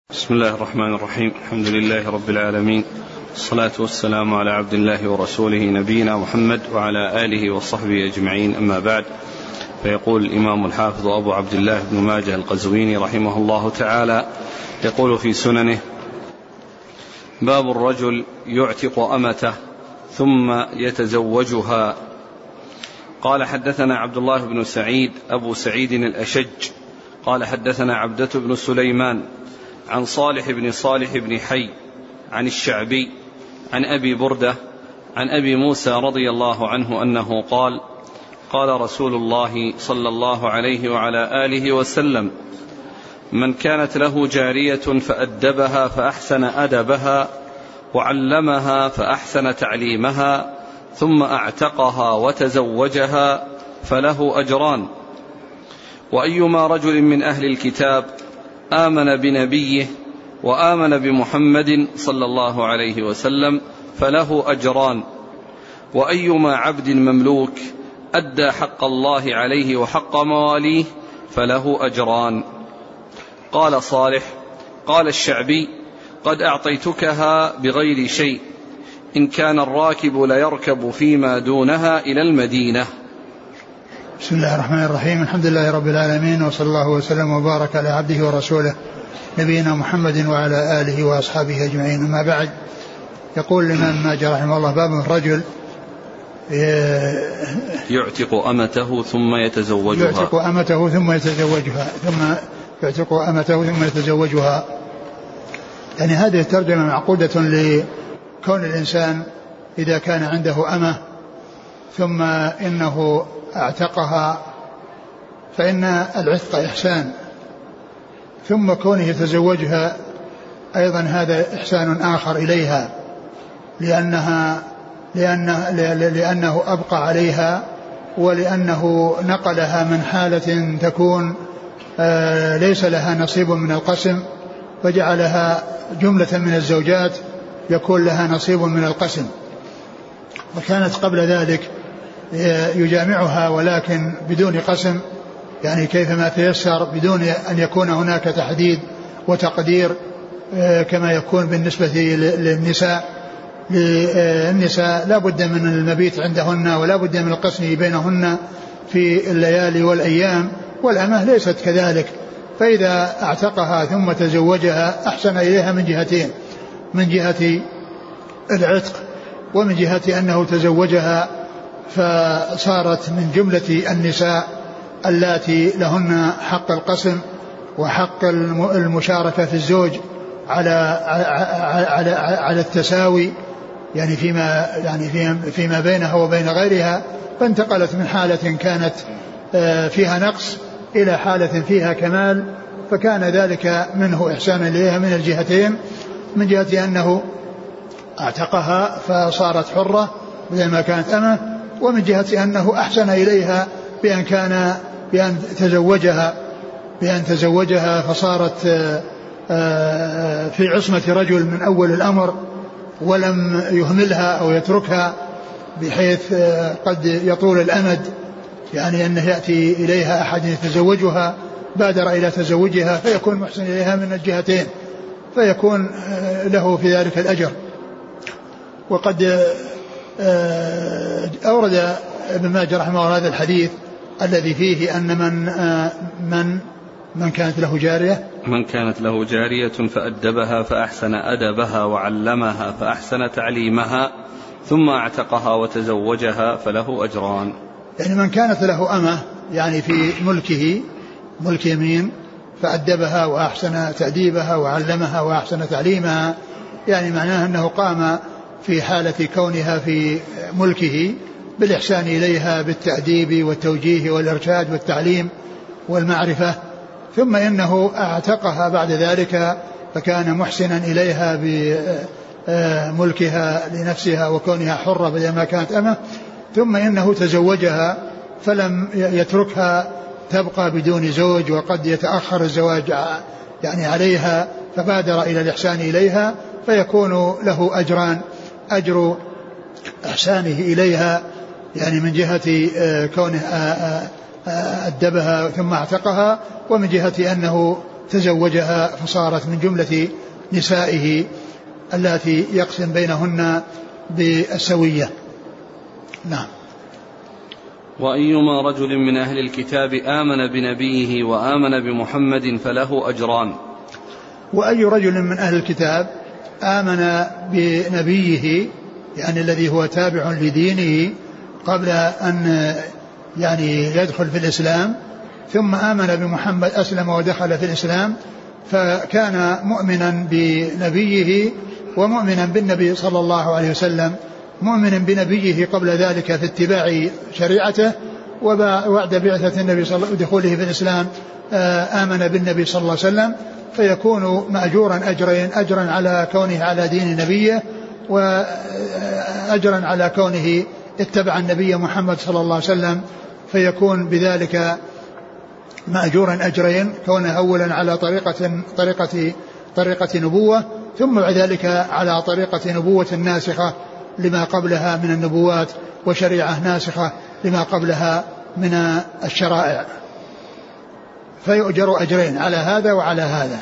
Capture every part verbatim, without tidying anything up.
بسم الله الرحمن الرحيم. الحمد لله رب العالمين، والصلاة والسلام على عبد الله ورسوله نبينا محمد وعلى آله وصحبه أجمعين، أما بعد. فيقول الإمام الحافظ أبو عبد الله بن ماجه القزويني رحمه الله تعالى يقول في سننه: باب الرجل يعتق أمته ثم يتزوجها. قال: حدثنا عبد الله بن سعيد أبو سعيد الأشج قال: حدثنا عبدة بن سليمان عن صالح بن صالح بن حي عن الشعبي عن أبي بردة عن أبي موسى رضي الله عنه أنه قال: قال رسول الله صلى الله عليه وعلى آله وسلم: من كانت له جارية فأدبها فأحسن أدبها وعلمها فأحسن تعليمها ثم أعتقها وتزوجها فله أجران، وأيما رجل من أهل الكتاب آمن بنبيه وآمن بمحمد صلى الله عليه وسلم فله أجران، وأيما عبد مملوك أدى حق الله عليه وحق مواليه فله أجران. قال صالح: قال الشعبي: قد أعطيتكها بغير شيء، إن كان الراكب ليركب فيما دونها إلى المدينة. بسم الله الرحمن الرحيم. الحمد لله رب العالمين، وصلى الله وسلم وبارك على عبده ورسوله نبينا محمد وعلى آله وأصحابه أجمعين، أما بعد. يقول الإمام ماجه رحمه الله: باب الرجل يعتق أمته ثم يتزوجها. يعتق أمته ثم يتزوجها ثم يعتق أمته ثم يتزوجها. يعني هذه الترجمة معقودة لكون الإنسان إذا كان عنده أمة ثم إنه اعتقها فإن العتق إحسان، ثم كونه يتزوجها أيضا هذا إحسان آخر إليها، لأنها لأنه, لأنه أبقى عليها، ولأنه نقلها من حالة تكون ليس لها نصيب من القسم فجعلها جملة من الزوجات يكون لها نصيب من القسم، وكانت قبل ذلك يجامعها ولكن بدون قسم، يعني كيفما تيسر بدون أن يكون هناك تحديد وتقدير كما يكون بالنسبة للنساء. للنساء لا بد من المبيت عندهن ولا بد من القسم بينهن في الليالي والأيام، والأمة ليست كذلك، فإذا اعتقها ثم تزوجها أحسن إليها من جهتين: من جهة العتق ومن جهة أنه تزوجها فصارت من جملة النساء اللاتي لهن حق القسم وحق المشاركة في الزوج على على على التساوي، يعني فيما يعني فيما بينها وبين غيرها، فانتقلت من حالة كانت فيها نقص إلى حالة فيها كمال، فكان ذلك منه إحسان إليها من الجهتين: من جهة أنه اعتقها فصارت حرة بدل ما كانت أمة، ومن جهة أنه أحسن إليها بأن كان بأن تزوجها بأن تزوجها فصارت في عصمة رجل من أول الأمر ولم يهملها أو يتركها بحيث قد يطول الأمد، يعني أنه يأتي إليها أحد يتزوجها بادر إلى تزوجها فيكون محسن إليها من الجهتين، فيكون له في ذلك الأجر. وقد أورد ابن ماجه رحمه الله هذا الحديث الذي فيه أن من من من كانت له جارية من كانت له جارية فأدبها فأحسن أدبها وعلمها فأحسن تعليمها ثم اعتقها وتزوجها فله أجران. يعني من كانت له أمة يعني في ملكه ملك يمين فأدبها وأحسن تأديبها وعلمها وأحسن تعليمها، يعني معناه أنه قام في حالة كونها في ملكه بالإحسان إليها بالتأديب والتوجيه والإرشاد والتعليم والمعرفة، ثم إنه اعتقها بعد ذلك فكان محسنا إليها بملكها لنفسها وكونها حرة بدل ما كانت أمة، ثم إنه تزوجها فلم يتركها تبقى بدون زوج وقد يتأخر الزواج يعني عليها، فبادر إلى الإحسان إليها فيكون له أجران: أجر إحسانه إليها يعني من جهة كونه أدبها ثم اعتقها، ومن جهة أنه تزوجها فصارت من جملة نسائه التي يقسم بينهن بالسوية. نعم. وأيما رجل من أهل الكتاب آمن بنبيه وآمن بمحمد فله أجران. وأي رجل من أهل الكتاب آمن بنبيه يعني الذي هو تابع لدينه قبل أن يعني يدخل في الإسلام ثم آمن بمحمد أسلم ودخل في الإسلام فكان مؤمنا بنبيه ومؤمنا بالنبي صلى الله عليه وسلم مؤمنا بنبيه قبل ذلك في اتباع شريعته وبعد بعثة النبي صلى الله عليه وسلم ودخوله في الإسلام آمن بالنبي صلى الله عليه وسلم فيكون مأجورا أجرين أجرا على كونه على دين نبيه وأجرا على كونه اتبع النبي محمد صلى الله عليه وسلم فيكون بذلك مأجورا أجرين كونه أولا على طريقة طريقة طريقة نبوة ثم بعد ذلك على طريقة نبوة ناسخة لما قبلها من النبوات وشريعة ناسخة لما قبلها من الشرائع فيؤجر أجرين على هذا وعلى هذا.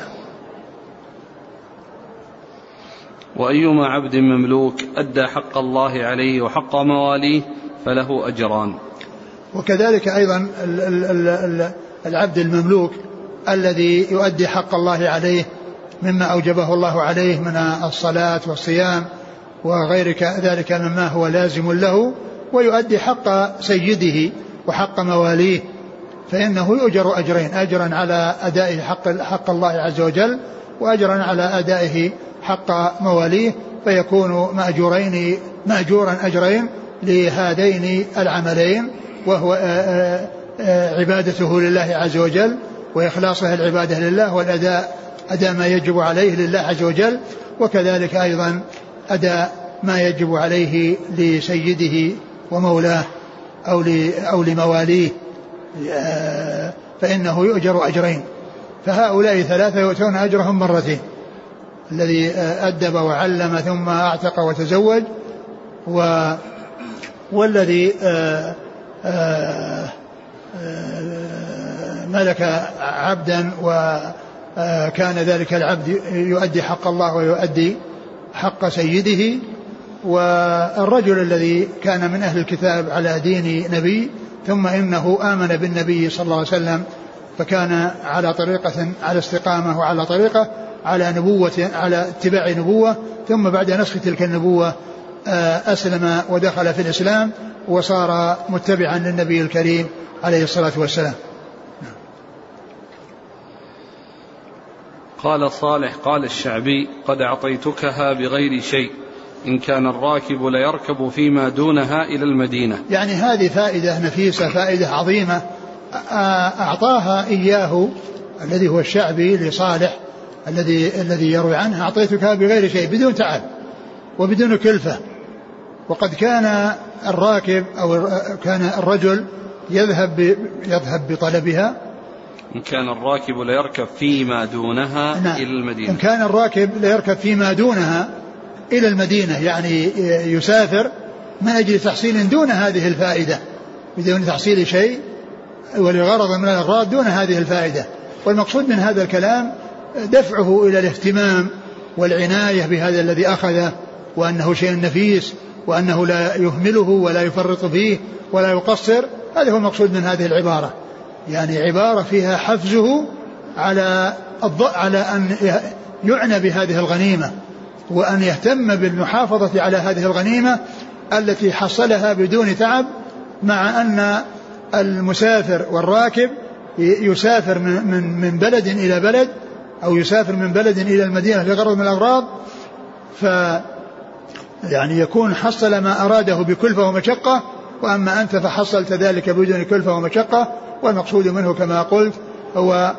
وأيما عبد مملوك أدى حق الله عليه وحق مواليه فله أجران. وكذلك أيضا العبد المملوك الذي يؤدي حق الله عليه مما أوجبه الله عليه من الصلاة والصيام وغير ذلك مما هو لازم له ويؤدي حق سيده وحق مواليه فإنه يؤجر أجرين أجرا على أداء حق, حق الله عز وجل وأجرا على أدائه حق مواليه فيكون مأجورين مأجورا أجرين لهذين العملين وهو عبادته لله عز وجل وإخلاصها العبادة لله والأداء أداء ما يجب عليه لله عز وجل وكذلك أيضا أداء ما يجب عليه لسيده ومولاه أو أو لمواليه فإنه يؤجر أجرين فهؤلاء ثلاثة يؤتون أجرهم مرتين الذي أدب وعلم ثم أعتق وتزوج و والذي ملك عبدا وكان ذلك العبد يؤدي حق الله ويؤدي حق سيده والرجل الذي كان من أهل الكتاب على دين نبي ثم إنه آمن بالنبي صلى الله عليه وسلم فكان على طريقة على استقامة وعلى طريقة على نبوة على اتباع نبوة ثم بعد نسخ تلك النبوة أسلم ودخل في الإسلام وصار متبعا للنبي الكريم عليه الصلاة والسلام. قال صالح قال الشعبي قد أعطيتكها بغير شيء إن كان الراكب ليركب فيما دونها إلى المدينة. يعني هذه فائدة نفيسة فائدة عظيمة أعطاها إياه الذي هو الشعبي لصالح الذي الذي يروي عنه أعطيتكها بغير شيء بدون تعب وبدون كلفة وقد كان الراكب أو كان الرجل يذهب يذهب بطلبها إن كان الراكب ليركب فيما دونها نعم. إلى المدينة. إن كان الراكب ليركب فيما دونها إلى المدينة يعني يسافر من أجل تحصيل دون هذه الفائدة بدون تحصيل شيء ولغرض من الأغراض دون هذه الفائدة والمقصود من هذا الكلام دفعه إلى الاهتمام والعناية بهذا الذي أخذه وأنه شيء نفيس وأنه لا يهمله ولا يفرط فيه ولا يقصر هذا هو المقصود من هذه العبارة يعني عبارة فيها حفزه على الضوء على أن يعنى بهذه الغنيمة وأن يهتم بالمحافظة على هذه الغنيمة التي حصلها بدون تعب مع أن المسافر والراكب يسافر من من بلد إلى بلد أو يسافر من بلد إلى المدينة لغرض من الأغراض ف يعني يكون حصل ما أراده بكلفة ومشقة وأما أنت فحصلت ذلك بدون كلفة ومشقة والمقصود منه كما قلت هو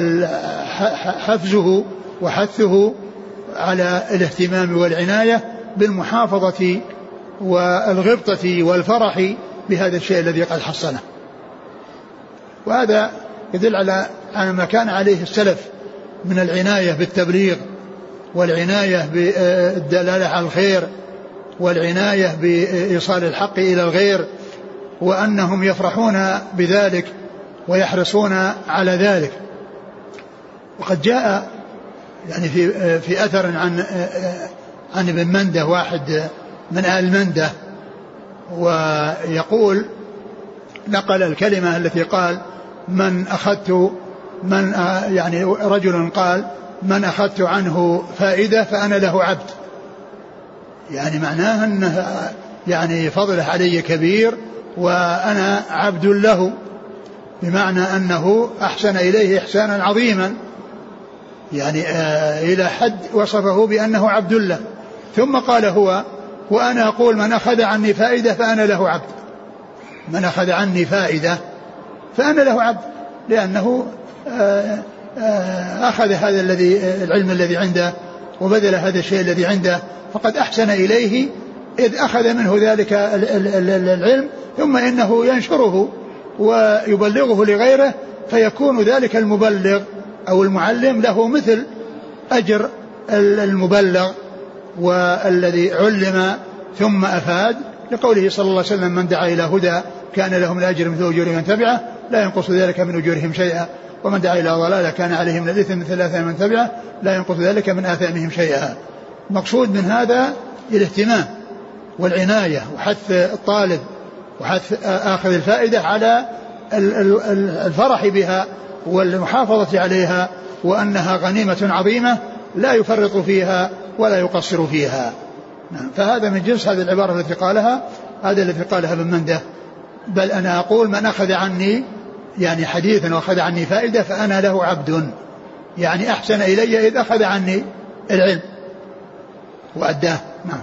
حفزه وحثه على الاهتمام والعناية بالمحافظة والغبطة والفرح بهذا الشيء الذي قد حصله وهذا يدل على ما كان عليه السلف من العناية بالتبليغ والعناية بالدلالة على الخير والعناية بإيصال الحق إلى الغير وأنهم يفرحون بذلك ويحرصون على ذلك وقد جاء يعني في في أثر عن عن ابن منده واحد من آل منده، ويقول نقل الكلمة التي قال من أخذت من يعني رجل قال من أخذت عنه فائدة فأنا له عبد، يعني معناه أنه يعني فضله علي كبير وأنا عبد له، بمعنى أنه أحسن إليه إحسانا عظيما، يعني آه إلى حد وصفه بأنه عبد له. ثم قال هو وأنا أقول من أخذ عني فائدة فأنا له عبد، من أخذ عني فائدة فأنا له عبد، لأنه آه آه أخذ هذا الذي العلم الذي عنده وبذل هذا الشيء الذي عنده، فقد أحسن إليه إذ أخذ منه ذلك العلم، ثم إنه ينشره ويبلغه لغيره، فيكون ذلك المبلغ أو المعلم له مثل أجر المبلغ والذي علم ثم أفاد، لقوله صلى الله عليه وسلم من دعا إلى هدى كان لهم الأجر مثل أجور من تبعه لا ينقص ذلك من أجورهم شيئا، ومن دعا إلى ضلالة كان عليهم من الإثم مثل آثام من تبعه لا ينقص ذلك من آثامهم شيئا. مقصود من هذا الاهتمام والعناية وحث الطالب وحث آخذ الفائدة على الفرح بها والمحافظة عليها، وأنها غنيمة عظيمة لا يفرط فيها ولا يقصر فيها. فهذا من جنس هذه العبارة التي قالها هذا الذي قالها ابن منده، بل أنا أقول من أخذ عني يعني حديثا وأخذ عني فائدة فأنا له عبد، يعني أحسن إلي إذ أخذ عني العلم وأداه. نعم.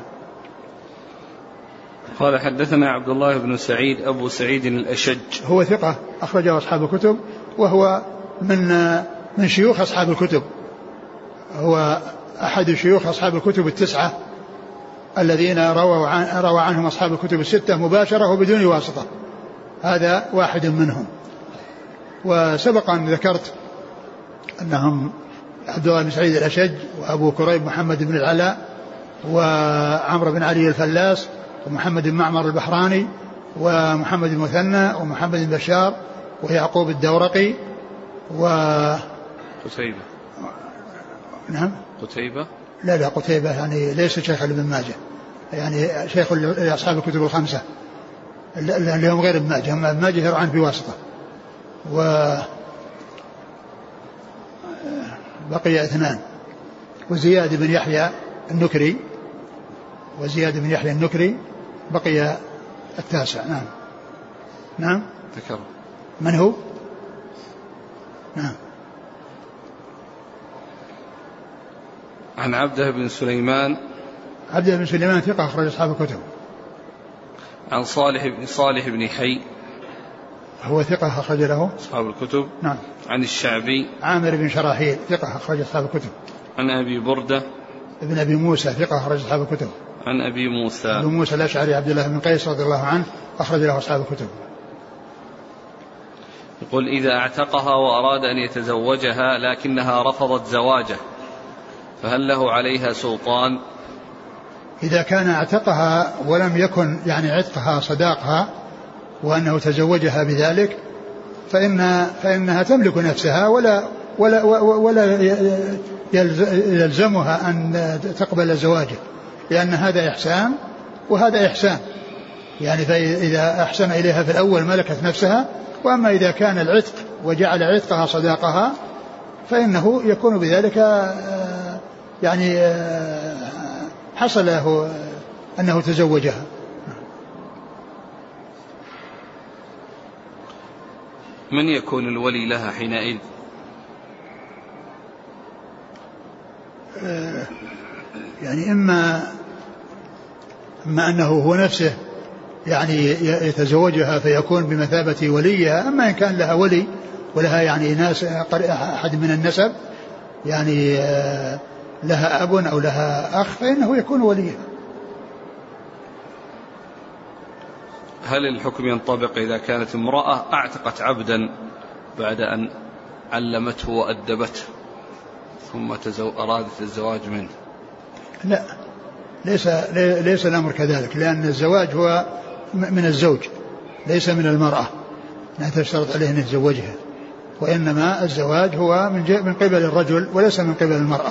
قال حدثنا عبد الله بن سعيد أبو سعيد الأشج، هو ثقة أخرجه أصحاب الكتب، وهو من من شيوخ أصحاب الكتب، هو أحد شيوخ أصحاب الكتب التسعة الذين رووا عن روى عنهم أصحاب الكتب الستة مباشرة وبدون واسطة، هذا واحد منهم. وسبق أن ذكرت أنهم عبد الله بن سعيد الأشج وأبو كريب محمد بن العلاء وعمرو بن علي الفلاس ومحمد بن معمر البحراني ومحمد المثنى ومحمد بن بشار ويعقوب الدورقي و قتيبة. نعم قتيبة لا لا قتيبة يعني ليس شيخ ابن ماجه، يعني شيخ أصحاب الكتب الخمسة اليوم غير ابن ماجه، ابن ماجه يروى عنه بواسطة. وبقي اثنان، وزياد بن يحيى النكري وزياد بن يحيى النكري بقي التاسع. نعم نعم ذكر من هو؟ نعم. عن عبده بن سليمان، عبده بن سليمان ثقة أخرج أصحاب الكتب. عن صالح بن صالح بن حي، هو ثقة أخرج له أصحاب الكتب. نعم. عن الشعبي عامر بن شراحيل ثقة أخرج أصحاب الكتب. عن أبي بردة ابن أبي موسى ثقة أخرج أصحاب الكتب. عن أبي موسى أبي موسى الأشعري عبد الله بن قيس رضي الله عنه أخرج له أصحاب الكتب. يقول إذا اعتقها وأراد أن يتزوجها لكنها رفضت زواجه فهل له عليها سلطان؟ إذا كان اعتقها ولم يكن يعني عتقها صداقها وأنه تزوجها بذلك فإن فإنها تملك نفسها ولا ولا ولا يلزمها أن تقبل زواجه، لأن هذا إحسان وهذا إحسان، يعني فإذا أحسن إليها في الأول ملكت نفسها، وأما إذا كان العتق وجعل عتقها صداقها فإنه يكون بذلك يعني حصل له أنه تزوجها. من يكون الولي لها حينئذ؟ يعني إما إما أنه هو نفسه يعني يتزوجها فيكون بمثابة وليها، أما إن كان لها ولي ولها يعني ناس أحد من النسب يعني لها أب أو لها أخ فإنه يكون وليها. هل الحكم ينطبق إذا كانت امرأة اعتقت عبدا بعد أن علمته وأدبته ثم تزو... أرادت الزواج منه؟ لا، ليس ليس الأمر كذلك، لأن الزواج هو من الزوج ليس من المرأة، لا تشترط عليه أن يتزوجها، وإنما الزواج هو من قبل الرجل وليس من قبل المرأة.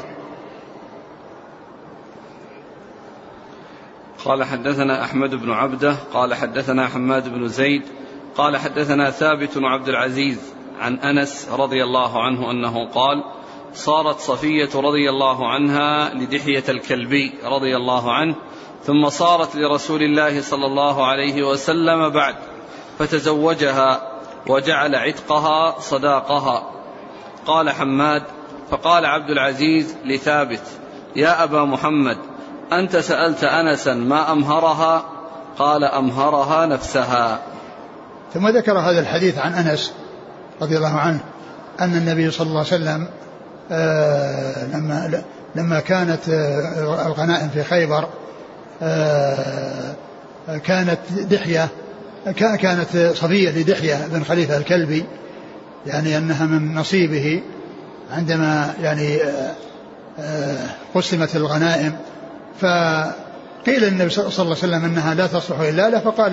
قال حدثنا أحمد بن عبده قال حدثنا حماد بن زيد قال حدثنا ثابت بن عبد العزيز عن أنس رضي الله عنه أنه قال صارت صفية رضي الله عنها لدحية الكلبي رضي الله عنه ثم صارت لرسول الله صلى الله عليه وسلم بعد فتزوجها وجعل عتقها صداقها. قال حماد فقال عبد العزيز لثابت يا أبا محمد أنت سألت أنسا ما أمهرها؟ قال أمهرها نفسها. ثم ذكر هذا الحديث عن أنس رضي الله عنه أن النبي صلى الله عليه وسلم آه لما, لما كانت آه الغنائم في خيبر آه كانت دحية كانت صفية لدحية بن خليفة الكلبي يعني أنها من نصيبه عندما يعني آه آه قسمت الغنائم، فقيل للنبي صلى الله عليه وسلم أنها لا تصلح إلا له، فقال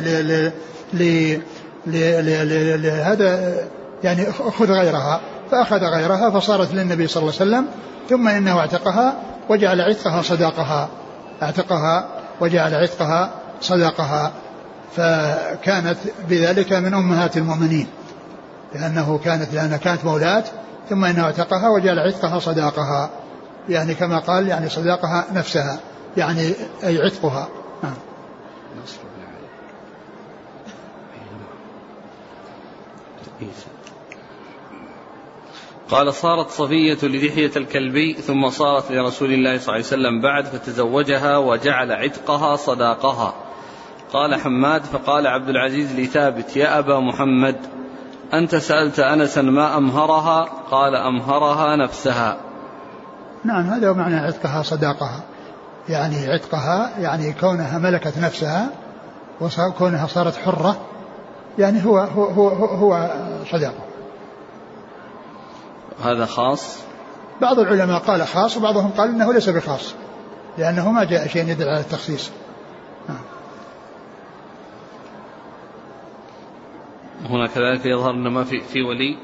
لهذا يعني خذ غيرها، فأخذ غيرها فصارت للنبي صلى الله عليه وسلم، ثم إنه اعتقها وجعل عتقها صداقها اعتقها وجعل عتقها صداقها، فكانت بذلك من أمهات المؤمنين لأنه كانت لأنها كانت مولاة، ثم إنه اعتقها وجعل عتقها صداقها، يعني كما قال يعني صداقها نفسها يعني أي عتقها. نعم. قال صارت صفية لدحية الكلبي ثم صارت لرسول الله صلى الله عليه وسلم بعد فتزوجها وجعل عتقها صداقها. قال حماد فقال عبد العزيز لثابت يا أبا محمد أنت سألت أنسا ما أمهرها؟ قال أمهرها نفسها. نعم هذا معنى عتقها صداقها، يعني عتقها يعني كونها ملكت نفسها وكونها صارت حرة، يعني هو هو هو, هو صداقه. هذا خاص؟ بعض العلماء قال خاص وبعضهم قال إنه ليس بخاص لأنه ما جاء شيء يدل على التخصيص. هنا كذلك يظهر أن ما في, في ولي.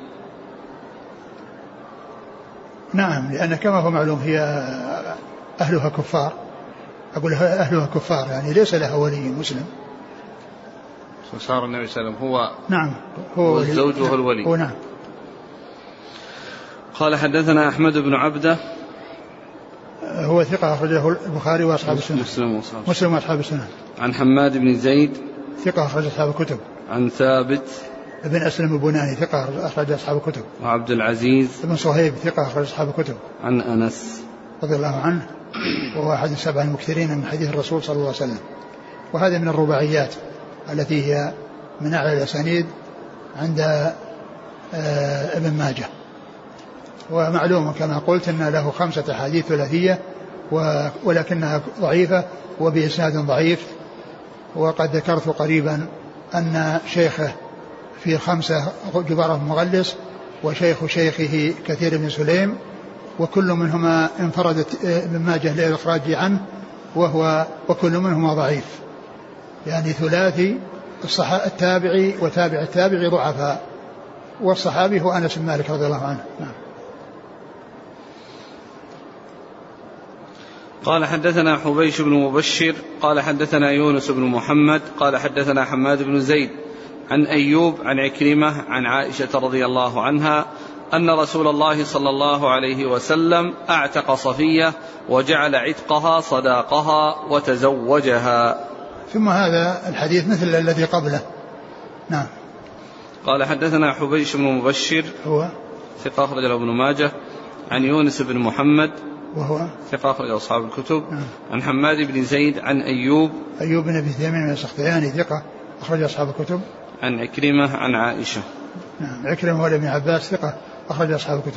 نعم لأن كما هو معلوم هي أهلها كفار، أقول أهلها كفار يعني ليس لها ولي مسلم. صار النبي صلى الله عليه وسلم هو نعم هو, هو الزوج وهو الولي. هو نعم. قال حدثنا أحمد بن عبده هو ثقة أخرجه البخاري وأصحاب السنة. مسلم وأصحاب مسلم وأصحاب السنة. عن حماد بن زيد ثقة أخرج أصحاب الكتب. عن ثابت ابن أسلم البناني ثقة أخرج أصحاب الكتب. وعبد العزيز ابن صهيب ثقة أخرج أصحاب الكتب. عن أنس رضي الله عنه وهو أحد السبع المكثرين من حديث الرسول صلى الله عليه وسلم. وهذا من الرباعيات التي هي من أعلى الأسانيد عند ابن ماجه. ومعلوم كما قلت أن له خمسة أحاديث ثلاثية ولكنها ضعيفة وبإسناد ضعيف. وقد ذكرت قريبا أن شيخه في خمسة جبارة مغلس وشيخ شيخه كثير بن سليم، وكل منهما انفردت ابن ماجه للإخراج عنه وهو وكل منهما ضعيف، يعني ثلاثي التابعي وتابع التابعي ضعفاء، والصحابي هو أنس بن مالك رضي الله عنه. نعم. قال حدثنا حبيش بن مبشر قال حدثنا يونس بن محمد قال حدثنا حماد بن زيد عن أيوب عن عكرمة عن عائشة رضي الله عنها أن رسول الله صلى الله عليه وسلم أعتق صفية وجعل عتقها صداقها وتزوجها. ثم هذا الحديث مثل الذي قبله. نعم. قال حدثنا حبيش بن مبشر هو ثقة أخرج له ابن ماجه عن يونس بن محمد وهو ثقة أخرج أصحاب الكتب. نعم. عن حماد بن زيد عن أيوب أيوب بن أبي ثمين من السختياني ثقة أخرج أصحاب الكتب. عن عكرمة عن عائشة. نعم. عكرمة هو ابن عباس ثقة أخرج أصحاب الكتب.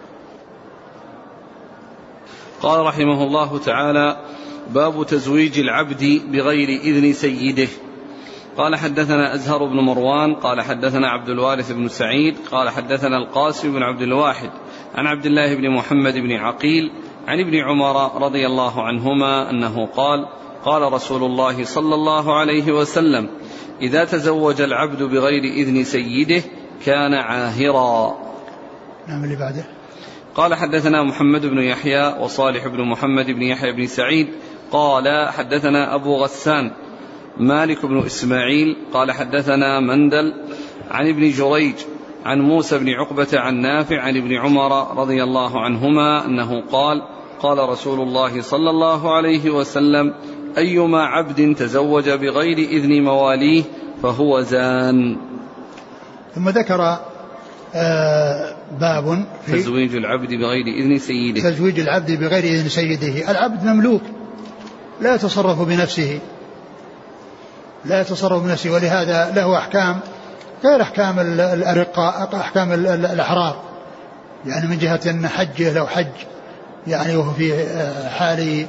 قال رحمه الله تعالى باب تزويج العبد بغير إذن سيده. قال حدثنا أزهر بن مروان قال حدثنا عبد الوارث بن سعيد قال حدثنا القاسم بن عبد الواحد عن عبد الله بن محمد بن عقيل عن ابن عمر رضي الله عنهما أنه قال قال رسول الله صلى الله عليه وسلم إذا تزوج العبد بغير إذن سيده كان عاهرا. نعم اللي بعده. قال حدثنا محمد بن يحيى وصالح بن محمد بن يحيى بن سعيد قال حدثنا أبو غسان مالك بن إسماعيل قال حدثنا مندل عن ابن جريج عن موسى بن عقبة عن نافع عن ابن عمر رضي الله عنهما أنه قال قال رسول الله صلى الله عليه وسلم أيما عبد تزوج بغير إذن مواليه فهو زان. ثم ذكر آه باب في تزويج العبد بغير إذن سيده. تزويج العبد بغير إذن سيده. العبد مملوك لا يتصرف بنفسه لا يتصرف بنفسه ولهذا له أحكام غير أحكام الأرقاء أحكام الأحرار، يعني من جهة أن حجه لو حج يعني وهو في حال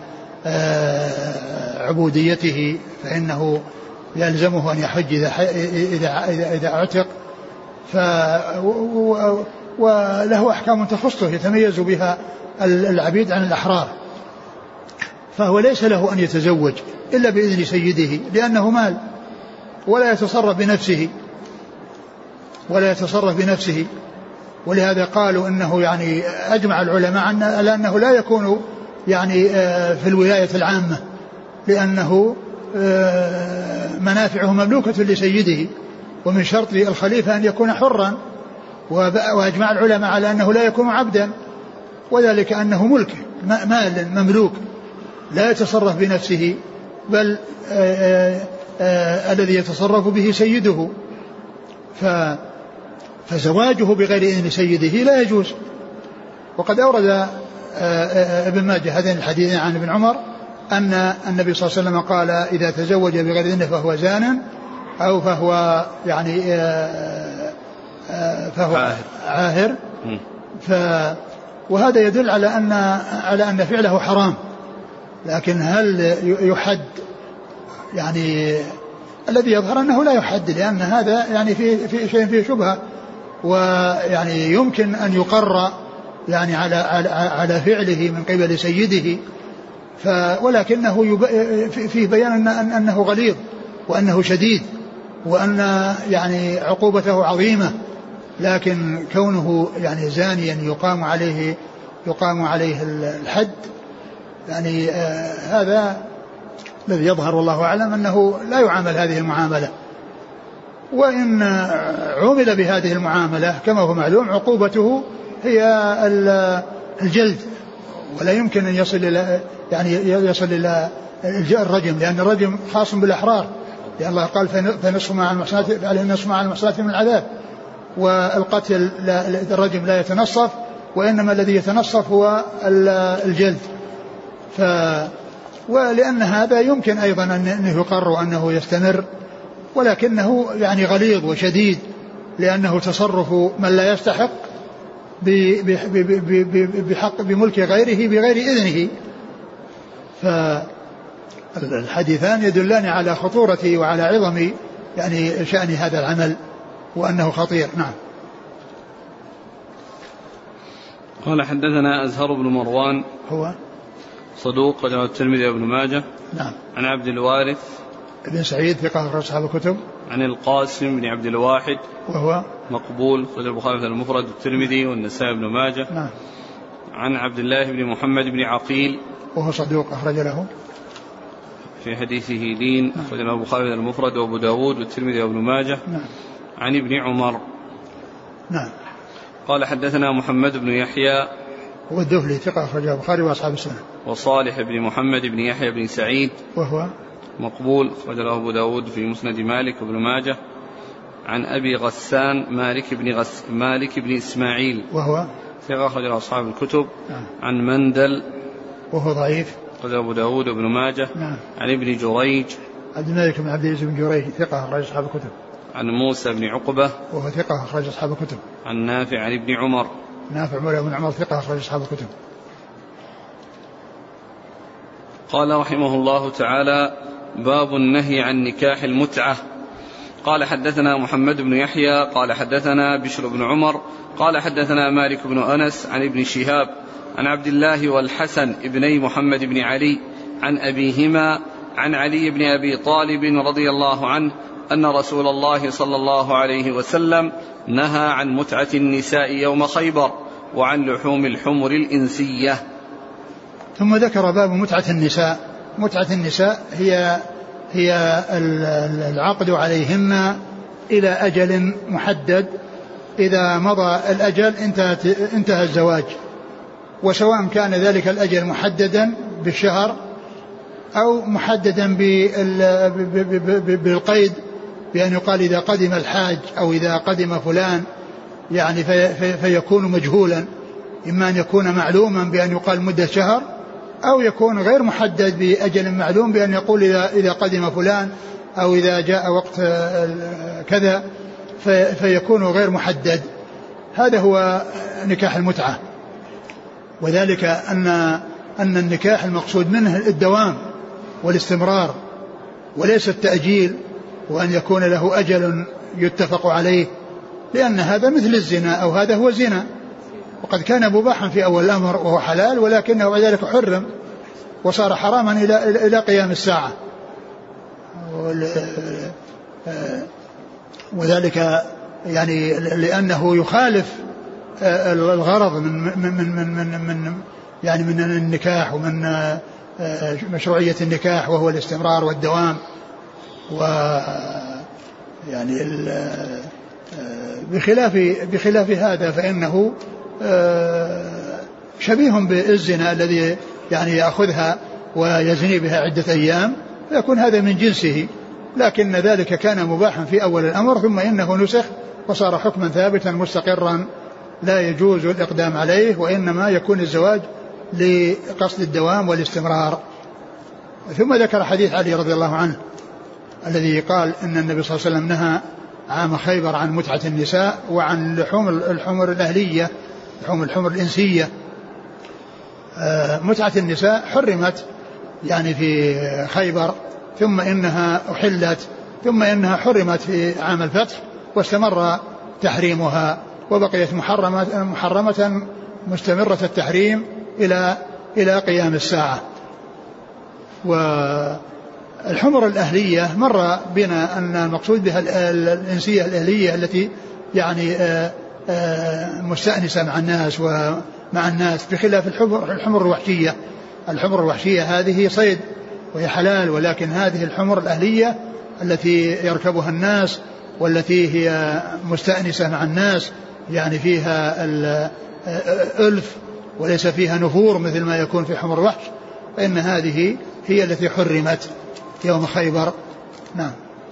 عبوديته فإنه يلزمه أن يحج إذا إذا إذا أعتق، ف وله أحكام تخصه يتميز بها العبيد عن الأحرار، فهو ليس له أن يتزوج إلا بإذن سيده لأنه مال ولا يتصرف بنفسه ولا يتصرف بنفسه ولهذا قالوا إنه يعني أجمع العلماء على أنه لا يكون يعني في الولاية العامة لأنه منافعه مملوكة لسيده، ومن شرط الخليفة أن يكون حرا، وأجمع العلماء على أنه لا يكون عبدا وذلك أنه ملك مال مملوك لا يتصرف بنفسه بل آآ آآ الذي يتصرف به سيده، فزواجه بغير إذن سيده لا يجوز. وقد أورد ابن ماجه هذين الحديثين عن ابن عمر أن النبي صلى الله عليه وسلم قال إذا تزوج بغير إذنه فهو زان أو فهو يعني فهو عاهر، ف وهذا يدل على أن على أن فعله حرام، لكن هل يحد؟ يعني الذي يظهر أنه لا يحد لأن هذا يعني في في شيء فيه شبهة، ويعني يمكن أن يقر يعني على على على فعله من قبل سيده، ف ولكنه فيه بيان أن أنه غليظ وأنه شديد وأن يعني عقوبته عظيمة، لكن كونه يعني زانيا يقام عليه يقام عليه الحد يعني آه هذا الذي يظهر والله أعلم أنه لا يعامل هذه المعاملة، وإن عمل بهذه المعاملة كما هو معلوم عقوبته هي الجلد، ولا يمكن أن يصل إلى يعني يصل إلى الرجم، لأن الرجم خاص بالأحرار، لأن الله قال فنصف مع المحصنات عليه النصف مع المحصنات من العذاب، والقتل الرجم لا يتنصف وإنما الذي يتنصف هو الجلد. ف ولأن هذا يمكن أيضا أن يقر أنه يستمر، ولكنه يعني غليظ وشديد لأنه تصرف من لا يستحق بحق بملك غيره بغير إذنه. فالحديثان يدلان على خطورة وعلى عظم يعني شأن هذا العمل وأنه خطير. نعم. قال حدثنا أزهر بن مروان هو صدوق قال الترمذي وابن ماجه. نعم. عن عبد الوارث بن سعيد ثقة أخرج أصحاب الكتب. عن القاسم بن عبد الواحد وهو مقبول أخرج البخاري المفرد والترمذي والنسائي بن ماجه. نعم. عن عبد الله بن محمد بن عقيل وهو صدوق أخرج له في حديثه لين أخرج له البخاري المفرد وأبو داود والترمذي وابن ماجه. نعم. عن ابن عمر. نعم. قال حدثنا محمد بن يحيى هو الدهلي ثقة أخرجه البخاري وأصحاب السنة. وصالح بن محمد بن يحيى بن سعيد وهو مقبول أخرج له أبو داود في مسند مالك وابن ماجه. عن أبي غسان مالك بن غس مالك بن إسماعيل وهو ثقة أخرج له أصحاب الكتب. نعم. عن مندل وهو ضعيف أخرج أبو داود وابن ماجه. نعم. عن ابن جريج عبد الملك بن عبد العزيز بن جريج ثقة أخرج أصحاب الكتب. عن موسى بن عقبة وهو ثقة أخرج أصحاب الكتب. عن نافع عن ابن عمر نافع مولى بن عمر ثقة أخرج أصحاب الكتب. قال رحمه الله تعالى باب النهي عن نكاح المتعة. قال حدثنا محمد بن يحيى قال حدثنا بشر بن عمر قال حدثنا مالك بن أنس عن ابن شهاب عن عبد الله والحسن ابني محمد بن علي عن أبيهما عن علي بن أبي طالب رضي الله عنه أن رسول الله صلى الله عليه وسلم نهى عن متعة النساء يوم خيبر وعن لحوم الحمر الإنسية. ثم ذكر باب متعة النساء. متعة النساء هي هي العقد عليهن إلى أجل محدد، إذا مضى الأجل انتهى الزواج، وسواء كان ذلك الأجل محددا بالشهر أو محددا بالقيد، بأن يقال إذا قدم الحاج أو إذا قدم فلان، يعني في في فيكون مجهولا، إما أن يكون معلوما بأن يقال مدة شهر، أو يكون غير محدد بأجل معلوم بأن يقول إذا, إذا قدم فلان أو إذا جاء وقت كذا، في فيكون غير محدد. هذا هو نكاح المتعة. وذلك أن أن النكاح المقصود منه الدوام والاستمرار، وليس التأجيل وأن يكون له أجل يتفق عليه، لأن هذا مثل الزنا، أو هذا هو زنا، وقد كان مباحا في أول الأمر وهو حلال، ولكنه بعد ذلك حرم وصار حراما إلى إلى قيام الساعة. وذلك يعني لأنه يخالف الغرض من من من من, من يعني من النكاح ومن مشروعية النكاح، وهو الاستمرار والدوام. و يعني بخلاف بخلاف هذا فإنه شبيه بالزنا الذي يعني يأخذها ويزني بها عدة أيام، فيكون هذا من جنسه، لكن ذلك كان مباحا في أول الأمر، ثم إنه نسخ وصار حكما ثابتا مستقرا لا يجوز الإقدام عليه، وإنما يكون الزواج لقصد الدوام والاستمرار. ثم ذكر حديث علي رضي الله عنه الذي قال إن النبي صلى الله عليه وسلم نهى عام خيبر عن متعة النساء وعن لحوم الحمر الأهلية، لحوم الحمر الإنسية. متعة النساء حرمت يعني في خيبر، ثم إنها أحلت، ثم إنها حرمت في عام الفتح، واستمر تحريمها وبقيت محرمة, محرمة مستمرة التحريم إلى إلى قيام الساعة. والحمر الأهلية مر بنا أن المقصود بها الإنسية الأهلية التي يعني مستأنسة مع الناس ومع الناس، بخلاف الحمر الحمر الوحشية. الحمر الوحشية هذه صيد وهي حلال، ولكن هذه الحمر الأهلية التي يركبها الناس والتي هي مستأنسة مع الناس، يعني فيها الألف وليس فيها نفور مثل ما يكون في حمر الوحش، فإن هذه هي التي حرمت يوم خيبر. نعم.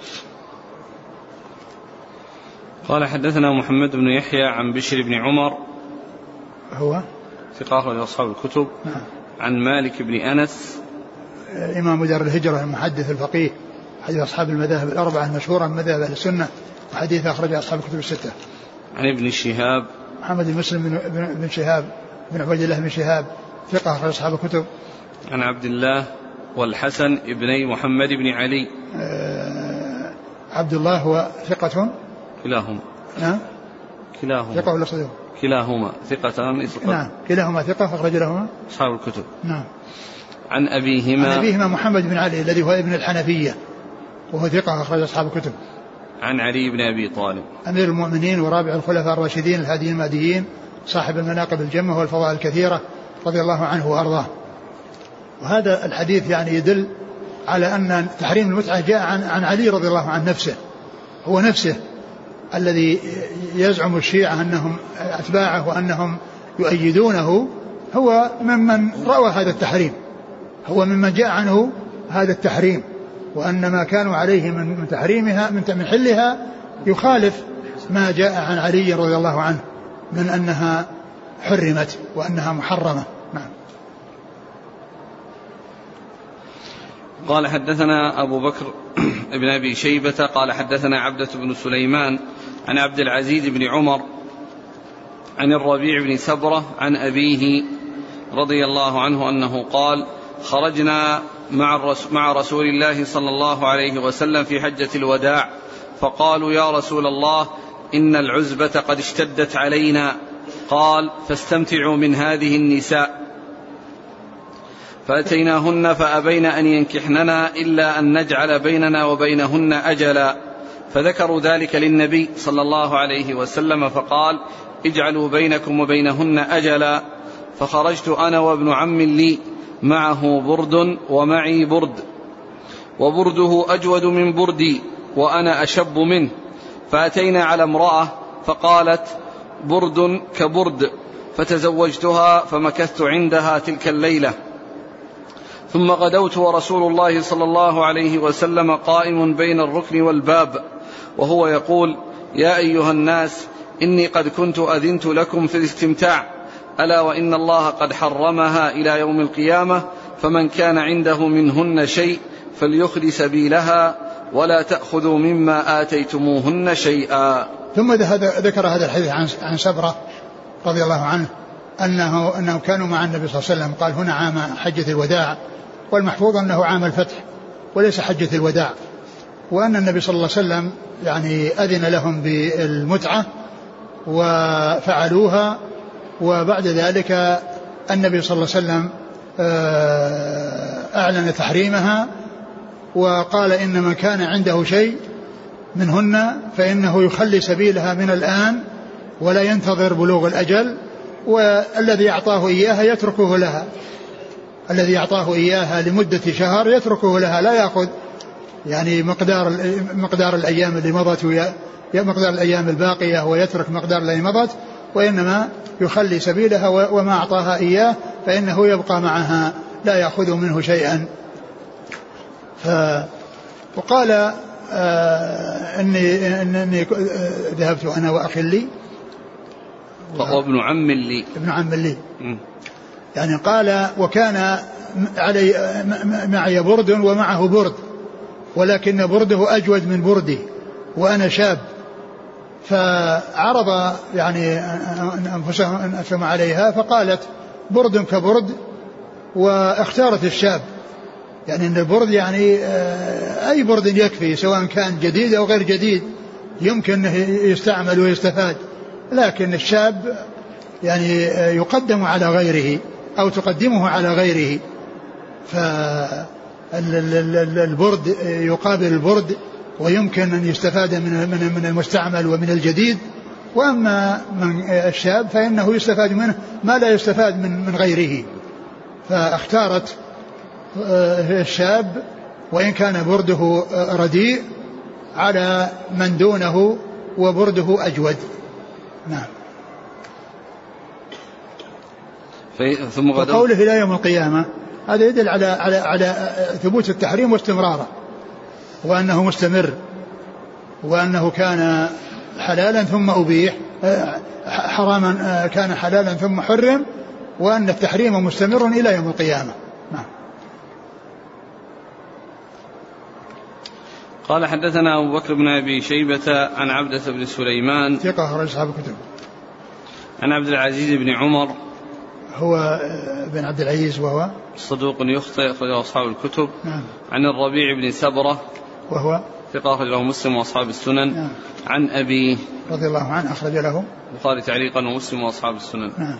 قال حدثنا محمد بن يحيى عن بشر بن عمر هو ثقة من أصحاب الكتب. نعم. عن مالك بن أنس إمام دار الهجرة المحدث الفقيه، حديث أصحاب المذاهب الأربعة المشهورة من مذاهب أهل السنة، وحديث أخرج أصحاب الكتب الستة. عن ابن شهاب محمد بن مسلم بن شهاب بن عبيد الله بن شهاب ثقة أخرج أصحاب الكتب. عن عبد الله والحسن ابني محمد بن علي. آه عبد الله هو ثقة كلاهما. نعم. كلاهما ثقة ولا صدوق؟ كلاهما ثقتان. نعم كلاهما ثقة أخرج لهما أصحاب الكتب. نعم. عن أبيهما عن أبيهما محمد بن علي الذي هو ابن الحنفية وهو ثقة أخرج أصحاب الكتب. عن علي بن أبي طالب أمير المؤمنين ورابع الخلفاء الراشدين الهاديين المهديين صاحب المناقب الجمة والفضائل الكثيرة رضي الله عنه وأرضاه. وهذا الحديث يعني يدل على أن تحريم المتعة جاء عن, عن علي رضي الله عنه نفسه، هو نفسه الذي يزعم الشيعة أنهم أتباعه وأنهم يؤيدونه، هو ممن رأى هذا التحريم، هو ممن جاء عنه هذا التحريم، وأن ما كانوا عليه من تحريمها من حلها يخالف ما جاء عن علي رضي الله عنه من أنها حرمت وأنها محرمة. نعم. قال حدثنا أبو بكر ابن أبي شيبة قال حدثنا عبدة بن سليمان عن عبد العزيز بن عمر عن الربيع بن سبرة عن أبيه رضي الله عنه أنه قال خرجنا مع رسول الله صلى الله عليه وسلم في حجة الوداع، فقالوا يا رسول الله إن العزبة قد اشتدت علينا، قال فاستمتعوا من هذه النساء، فأتيناهن فأبين أن ينكحننا إلا أن نجعل بيننا وبينهن أجلا، فذكروا ذلك للنبي صلى الله عليه وسلم فقال اجعلوا بينكم وبينهن أجلا. فخرجت أنا وابن عم لي معه برد ومعي برد، وبرده أجود من بردي وأنا أشب منه، فأتينا على امرأة فقالت برد كبرد، فتزوجتها فمكثت عندها تلك الليلة. ثم غدوت ورسول الله صلى الله عليه وسلم قائم بين الركن والباب وهو يقول يا أيها الناس إني قد كنت أذنت لكم في الاستمتاع، ألا وإن الله قد حرمها إلى يوم القيامة، فمن كان عنده منهن شيء فليخل سبيلها ولا تأخذوا مما آتيتموهن شيئا. ثم ذكر هذا الحديث عن سبرة رضي الله عنه أنه, أنه كانوا مع النبي صلى الله عليه وسلم، قال هنا عام حجة الوداع، والمحفوظ أنه عام الفتح وليس حجة الوداع، وأن النبي صلى الله عليه وسلم يعني أذن لهم بالمتعة وفعلوها، وبعد ذلك النبي صلى الله عليه وسلم أعلن تحريمها وقال إن من كان عنده شيء منهن فإنه يخلي سبيلها من الآن ولا ينتظر بلوغ الأجل، والذي أعطاه إياها يتركه لها، الذي أعطاه إياها لمدة شهر يتركه لها، لا يأخذ يعني مقدار مقدار الأيام اللي مضت مقدار الأيام الباقية ويترك مقدار التي مضت، وإنما يخلي سبيلها وما أعطاها إياه فإنه يبقى معها لا يأخذ منه شيئا. ف وقال آه إني, إني ذهبت أنا وأخي لي وابن عم لي ابن عم لي يعني قال وكان علي معي برد ومعه برد، ولكن برده أجود من بردي وأنا شاب، فعرض يعني أنفسهم أنفسهم عليها فقالت برد كبرد، واختارت الشاب، يعني أن البرد يعني أي برد يكفي سواء كان جديد أو غير جديد يمكن يستعمل ويستفاد، لكن الشاب يعني يقدم على غيره أو تقدمه على غيره، فالبرد يقابل البرد ويمكن أن يستفاد من من المستعمل ومن الجديد، وأما من الشاب فإنه يستفاد منه ما لا يستفاد من من غيره، فاختارت الشاب وإن كان برده رديء على من دونه وبرده أجود. نعم. ثم وقوله إلى يوم القيامة هذا يدل على على على ثبوت التحريم واستمراره، وأنه مستمر، وأنه كان حلالا ثم أبيح، حراما كان حلالا ثم حرم، وأن التحريم مستمر إلى يوم القيامة. نعم. قال حدثنا أبو بكر بن أبي شيبة عن عبدة بن سليمان ثقة أخرج أصحاب الكتب، عن عبد العزيز بن عمر هو بن عبد العزيز وهو صدوق يخطئ أخرجه أصحاب الكتب. نعم. عن الربيع بن سبرة وهو ثقة أخرجه مسلم وأصحاب السنن. نعم. عن أبي رضي الله عنه أخرج له البخاري تعليقا ومسلم وأصحاب السنن. نعم.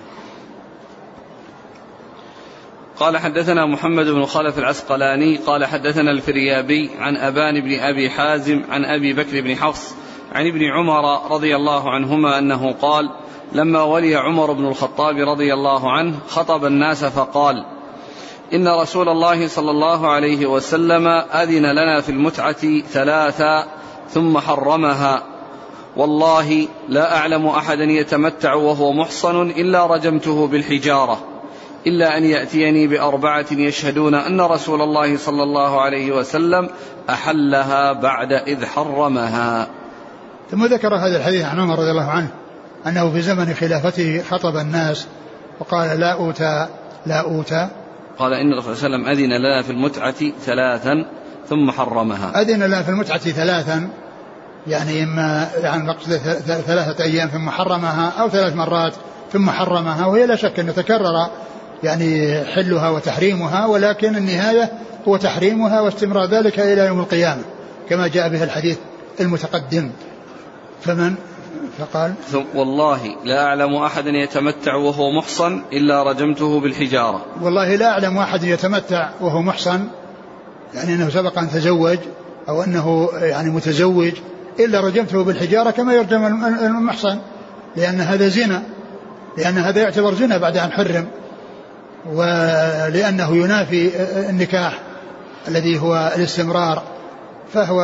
قال حدثنا محمد بن خلف العسقلاني قال حدثنا الفريابي عن أبان بن أبي حازم عن أبي بكر بن حفص عن ابن عمر رضي الله عنهما أنه قال لما ولي عمر بن الخطاب رضي الله عنه خطب الناس فقال إن رسول الله صلى الله عليه وسلم أذن لنا في المتعة ثلاثا ثم حرمها، والله لا أعلم أحدا يتمتع وهو محصن إلا رجمته بالحجارة، إلا أن يأتيني بأربعة يشهدون أن رسول الله صلى الله عليه وسلم أحلها بعد إذ حرمها. ثم ذكر هذا الحديث عن عمر رضي الله عنه أنه في زمن خلافته خطب الناس وقال لا أوتى لا أوتى قال إن الرسول صلى الله عليه وسلم أذن لنا في المتعة ثلاثا ثم حرمها. أذن لنا في المتعة ثلاثا يعني إما يعني ثلاثة أيام ثم حرمها أو ثلاث مرات ثم حرمها، وهي لا شك أن تكرر يعني حلها وتحريمها، ولكن النهاية هو تحريمها واستمرار ذلك إلى يوم القيامة كما جاء به الحديث المتقدم. فمن فقال والله لا أعلم أحدا يتمتع وهو محصن إلا رجمته بالحجارة. والله لا أعلم أحد يتمتع وهو محصن يعني أنه سبق أن تزوج أو أنه يعني متزوج إلا رجمته بالحجارة كما يرجم المحصن، لأن هذا زنا، لأن هذا يعتبر زنا بعد أن حرم، ولأنه ينافي النكاح الذي هو الاستمرار، فهو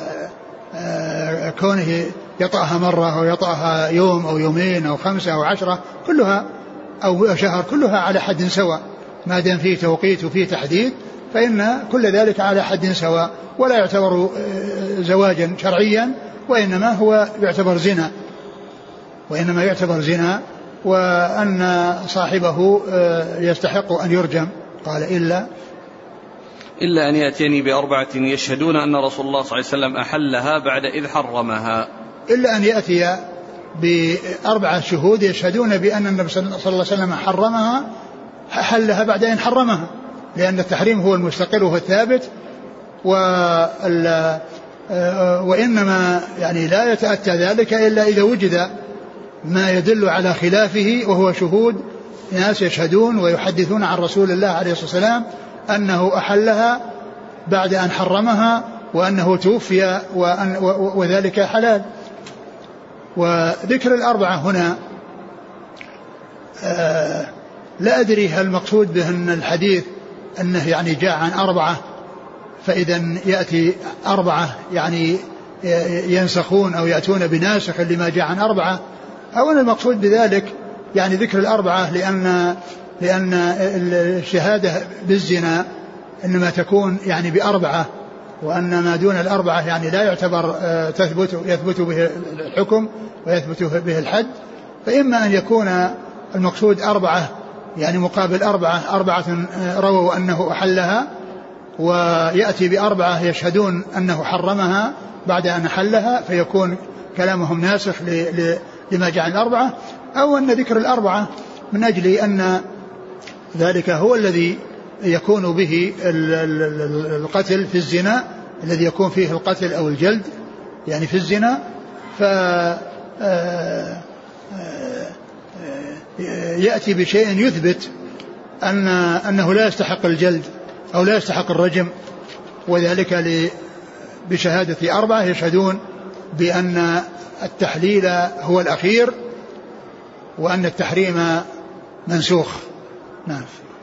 كونه يطأها مرة أو يطأها يوم أو يومين أو خمسة أو عشرة كلها أو شهر كلها على حد سواء، ما دام فيه توقيت وفيه تحديد فإن كل ذلك على حد سواء، ولا يعتبر زواجا شرعيا، وإنما هو يعتبر زنا، وإنما يعتبر زنا، وأن صاحبه يستحق أن يرجم. قال إلا إلا أن يأتيني بأربعة يشهدون أن رسول الله صلى الله عليه وسلم أحلها بعد إذ حرمها. إلا أن يأتي بأربعة شهود يشهدون بأن النبي صلى الله عليه وسلم حرمها أحلها بعد إذ حرمها، لأن التحريم هو المستقل وهو الثابت، وإنما يعني لا يتأتى ذلك إلا إذا وجد ما يدل على خلافه، وهو شهود ناس يشهدون ويحدثون عن رسول الله عليه الصلاة والسلام أنه أحلها بعد أن حرمها، وأنه توفي وأن وذلك حلال. وذكر الأربعة هنا آه لا أدري هل المقصود به أن الحديث أنه يعني جاء عن أربعة فإذا يأتي أربعة يعني ينسخون أو يأتون بناسخ لما جاء عن أربعة، أو أن المقصود بذلك يعني ذكر الأربعة لأن لأن الشهادة بالزنا إنما تكون يعني بأربعة، وأن ما دون الأربعة يعني لا يعتبر تثبت يثبت به الحكم ويثبت به الحد، فإما أن يكون المقصود أربعة يعني مقابل أربعة أربعة رووا أنه أحلها، ويأتي بأربعة يشهدون أنه حرمها بعد أن أحلها، فيكون كلامهم ناسخ لما جاء عن الأربعة، أو أن ذكر الأربعة من أجل أن ذلك هو الذي يكون به القتل في الزنا، الذي يكون فيه القتل أو الجلد يعني في الزنا، ف يأتي بشيء يثبت أن أنه لا يستحق الجلد أو لا يستحق الرجم، وذلك بشهادة أربعة يشهدون بأن التحليل هو الأخير وأن التحريم منسوخ. نعم.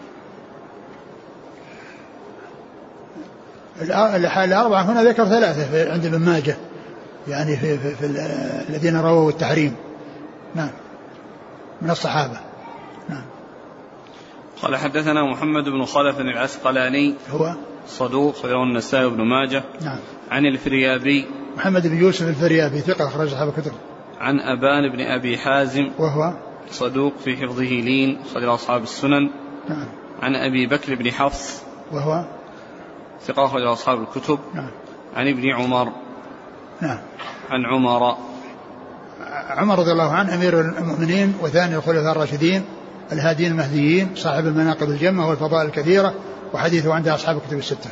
الأربعة هنا ذكر ثلاثة عند ابن ماجه يعني في, في, في الذين رووا التحريم. نعم من الصحابة. نعم. قال حدثنا محمد بن خلف العسقلاني هو صدوق خرجه النسائي وابن ماجه. نعم. عن الفريابي محمد بن يوسف الفريابي ثقة أخرج أصحاب الكتب. عن أبان بن أبي حازم وهو صدوق في حفظه لين خرج أصحاب السنن. نعم. عن أبي بكر بن حفص وهو ثقة أخرج أصحاب الكتب. نعم. عن ابن عمر. نعم. عن عمر عمر رضي الله عنه أمير المؤمنين وثاني الخلفاء الراشدين الهادين المهديين صاحب المناقب الجمة والفضائل الكثيرة، وحديثه عند أصحاب الكتب الستة.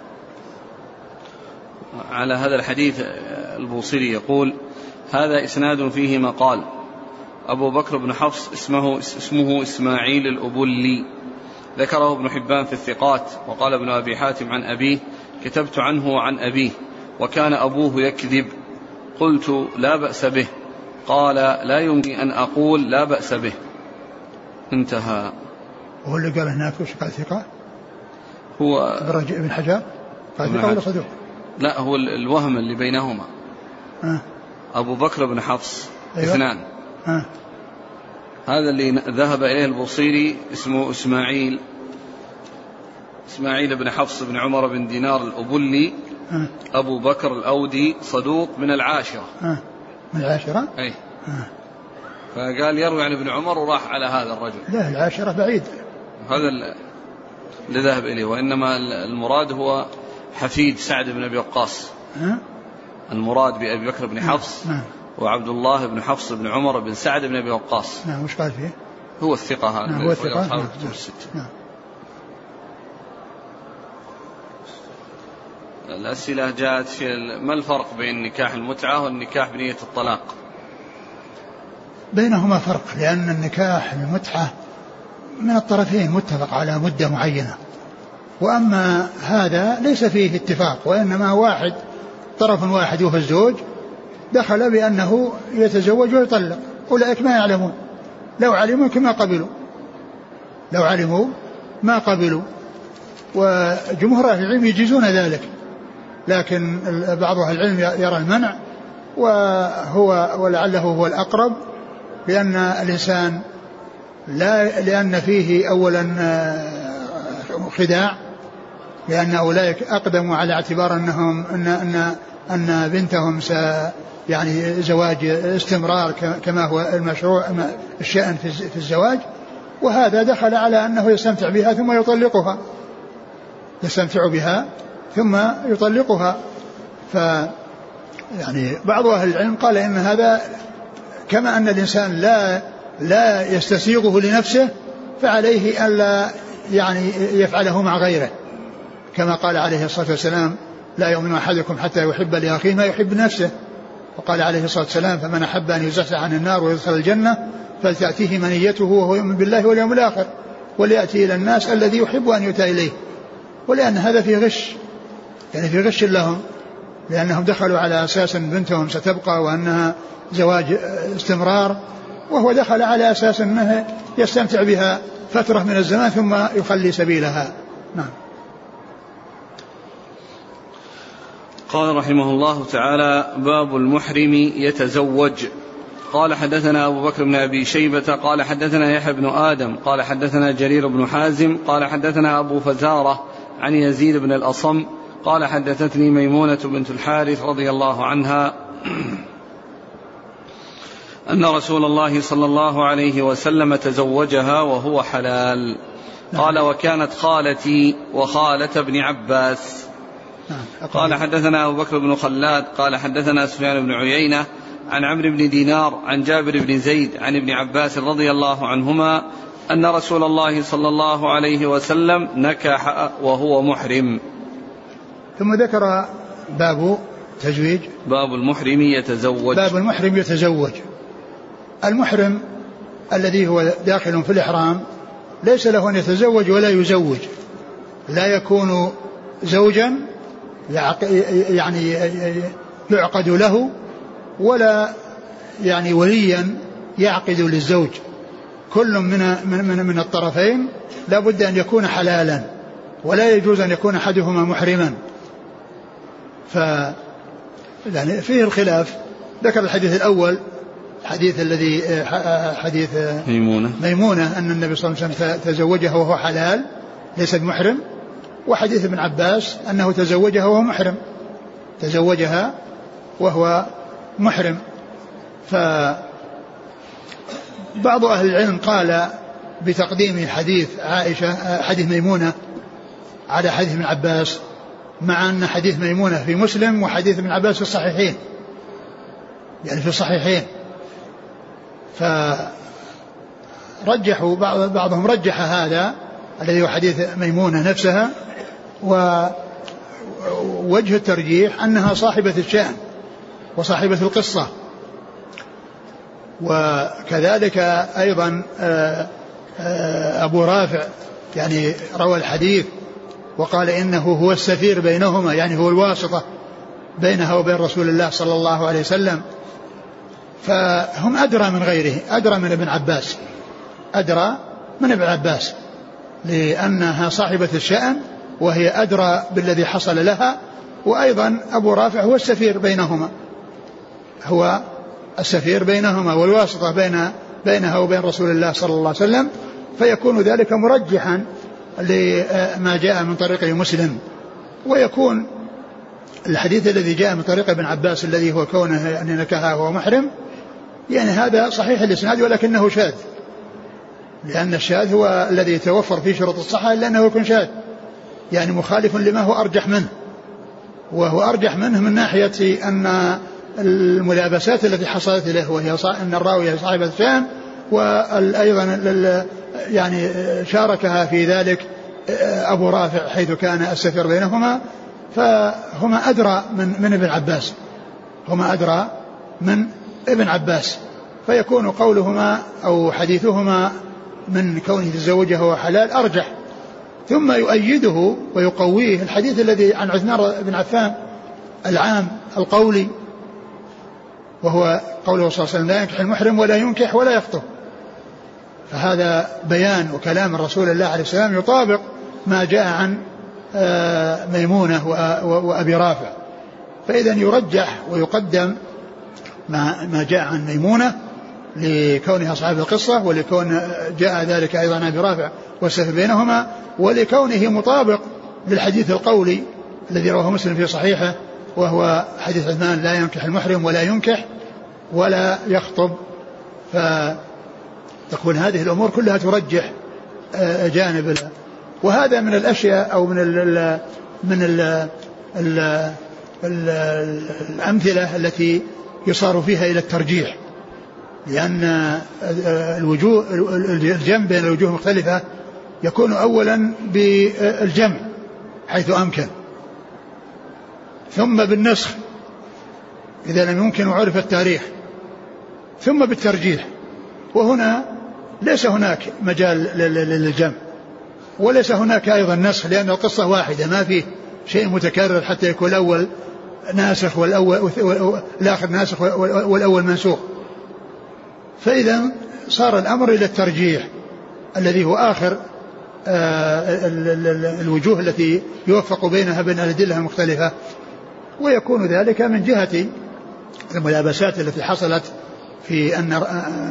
على هذا الحديث البوصيري يقول: هذا إسناد فيه مقال. أبو بكر بن حفص اسمه, اسمه إسماعيل الأبلي، ذكره ابن حبان في الثقات، وقال ابن أبي حاتم عن أبيه: كتبت عنه عن أبيه وكان أبوه يكذب. قلت: لا بأس به. قال: لا يمكن أن أقول لا بأس به. انتهى. وهو اللي قال هناك وش قال ثقة؟ هو ابن حجر قال ثقة ولا صدوق؟ لا، هو الوهم اللي بينهما. أه. أبو بكر بن حفص. أيوة. اثنان. أه. هذا اللي ذهب إليه البوصيري اسمه إسماعيل إسماعيل بن حفص بن عمر بن دينار الأبلي. أه. أبو بكر الأودي صدوق من العاشرة. أه. من العاشرة؟ أي. أه. فقال يروي عن ابن عمر وراح على هذا الرجل. لا، العاشرة بعيد. هذا اللي ذهب إليه، وإنما المراد هو حفيد سعد بن أبي وقاص. أه؟ المراد بأبي بكر بن حفص نعم. وعبد الله بن حفص بن عمر بن سعد بن أبي وقاص. نعم. وش قال فيه؟ هو الثقة هذا. نعم. هو الثقة. نعم. نعم. الأسئلة جاءت في ما الفرق بين نكاح المتعة والنكاح بنية الطلاق؟ بينهما فرق، لأن النكاح المتعة من الطرفين متفق على مدة معينة، وأما هذا ليس فيه اتفاق، وإنما واحد طرف واحد وهو الزوج دخل بأنه يتزوج ويطلق، أولئك ما يعلمون، لو علموا كما قبلوا لو علموا ما قبلوا. وجمهور أهل العلم يجيزون ذلك، لكن بعض أهل العلم يرى المنع، وهو ولعله هو الأقرب، لأن الإنسان لا لأن فيه أولا خداع، لأن أولئك أقدموا على اعتبار أنهم أن أن أن بنتهم س يعني زواج استمرار كما هو المشروع الشأن في الزواج، وهذا دخل على أنه يستمتع بها ثم يطلقها يستمتع بها ثم يطلقها. ف يعني بعض أهل العلم قال إن هذا كما أن الإنسان لا لا يستسيغه لنفسه، فعليه ألا يعني يفعله مع غيره، كما قال عليه الصلاة والسلام: لا يؤمن أحدكم حتى يحب لأخيه ما يحب نفسه. وقال عليه الصلاة والسلام: فمن أحب أن يزحزح عن النار ويدخل الجنة فلتأتيه منيته وهو يؤمن بالله واليوم الآخر وليأتي إلى الناس الذي يحب أن يؤتى إليه. ولأن هذا في غش، يعني في غش لهم، لأنهم دخلوا على أساس بنتهم ستبقى وأنها زواج استمرار، وهو دخل على أساس أنه يستمتع بها فترة من الزمان ثم يخلي سبيلها. نعم. قال رحمه الله تعالى: باب المحرم يتزوج. قال حدثنا أبو بكر بن أبي شيبة قال حدثنا يحيى بن آدم قال حدثنا جرير بن حازم قال حدثنا أبو فزارة عن يزيد بن الأصم قال حدثتني ميمونة بنت الحارث رضي الله عنها أن رسول الله صلى الله عليه وسلم تزوجها وهو حلال. قال: وكانت خالتي وخالة ابن عباس. قال حدثنا أبو بكر بن خلاد قال حدثنا سفيان بن عيينة عن عمرو بن دينار عن جابر بن زيد عن ابن عباس رضي الله عنهما أن رسول الله صلى الله عليه وسلم نكح وهو محرم. ثم ذكر باب تزويج، باب المحرم يتزوج. باب المحرم يتزوج. المحرم الذي هو داخل في الإحرام ليس له أن يتزوج ولا يزوج، لا يكون زوجا يعني يعقد له، ولا يعني وليا يعقد للزوج. كل من من من الطرفين لا بد أن يكون حلالا، ولا يجوز أن يكون أحدهما محرما. ف يعني فيه الخلاف. ذكر الحديث الأول، الحديث الذي حديث ميمونة ميمونة أن النبي صلى الله عليه وسلم تزوجها وهو حلال ليس بمحرم، وحديث ابن عباس أنه تزوجها وهو محرم تزوجها وهو محرم. فبعض أهل العلم قال بتقديم حديث عائشة حديث ميمونة على حديث ابن عباس، مع أن حديث ميمونة في مسلم وحديث ابن عباس في الصحيحين، يعني في الصحيحين. فرجحوا بعضهم رجح هذا الذي هو حديث ميمونة نفسها، ووجه الترجيح أنها صاحبة الشأن وصاحبة القصة. وكذلك أيضا أبو رافع يعني روى الحديث وقال إنه هو السفير بينهما، يعني هو الواسطة بينها وبين رسول الله صلى الله عليه وسلم. فهم أدرى من غيره، أدرى من ابن عباس، أدرى من ابن عباس، لأنها صاحبة الشأن وهي أدرى بالذي حصل لها. وأيضا أبو رافع هو السفير بينهما، هو السفير بينهما والواسطة بين بينها وبين رسول الله صلى الله عليه وسلم، فيكون ذلك مرجحا لما جاء من طريق مسلم. ويكون الحديث الذي جاء من طريق ابن عباس الذي هو كونه أن نكحها وهو محرم، يعني هذا صحيح الإسناد ولكنه شاذ، لأن الشاذ هو الذي يتوفر فيه شروط الصحة إلا أنه يكون شاذ، يعني مخالف لما هو أرجح منه. وهو أرجح منه من ناحية أن الملابسات التي حصلت له، وهي أن الراوية صاحبة الشأن، وأيضا يعني شاركها في ذلك أبو رافع حيث كان السفير بينهما، فهما أدرى من, من ابن عباس، هما أدرى من ابن عباس. فيكون قولهما أو حديثهما من كونه تزوجه هو حلال أرجح. ثم يؤيده ويقويه الحديث الذي عن عثمان بن عفان العام القولي وهو قوله صلى الله عليه وسلم لا ينكح المحرم ولا ينكح ولا يخطب. فهذا بيان وكلام الرسول الله عليه السلام يطابق ما جاء عن ميمونة وأبي رافع. فإذا يرجح ويقدم ما جاء عن ميمونة لكونها صاحب القصة، ولكون جاء ذلك أيضا عن أبي رافع والسفر بينهما، ولكونه مطابق للحديث القولي الذي رواه مسلم في صحيحه، وهو حديث عثمان لا ينكح المحرم ولا ينكح ولا يخطب. فتكون هذه الأمور كلها ترجح جانب. وهذا من الأشياء أو من ال من ال ال ال الأمثلة التي يصار فيها إلى الترجيح، لأن الوجوه الجمع بين الوجوه المختلفة يكون أولا بالجمع حيث أمكن، ثم بالنسخ إذا لم يمكن وعرف التاريخ، ثم بالترجيح. وهنا ليس هناك مجال للجمع، وليس هناك أيضا نسخ، لأن القصة واحدة ما فيه شيء متكرر حتى يكون الأول ناسخ والأول الآخر ناسخ والأول منسوخ. فإذا صار الأمر إلى الترجيح الذي هو آخر الوجوه التي يوفق بينها بين الأدلة المختلفة، ويكون ذلك من جهة الملابسات التي حصلت في أن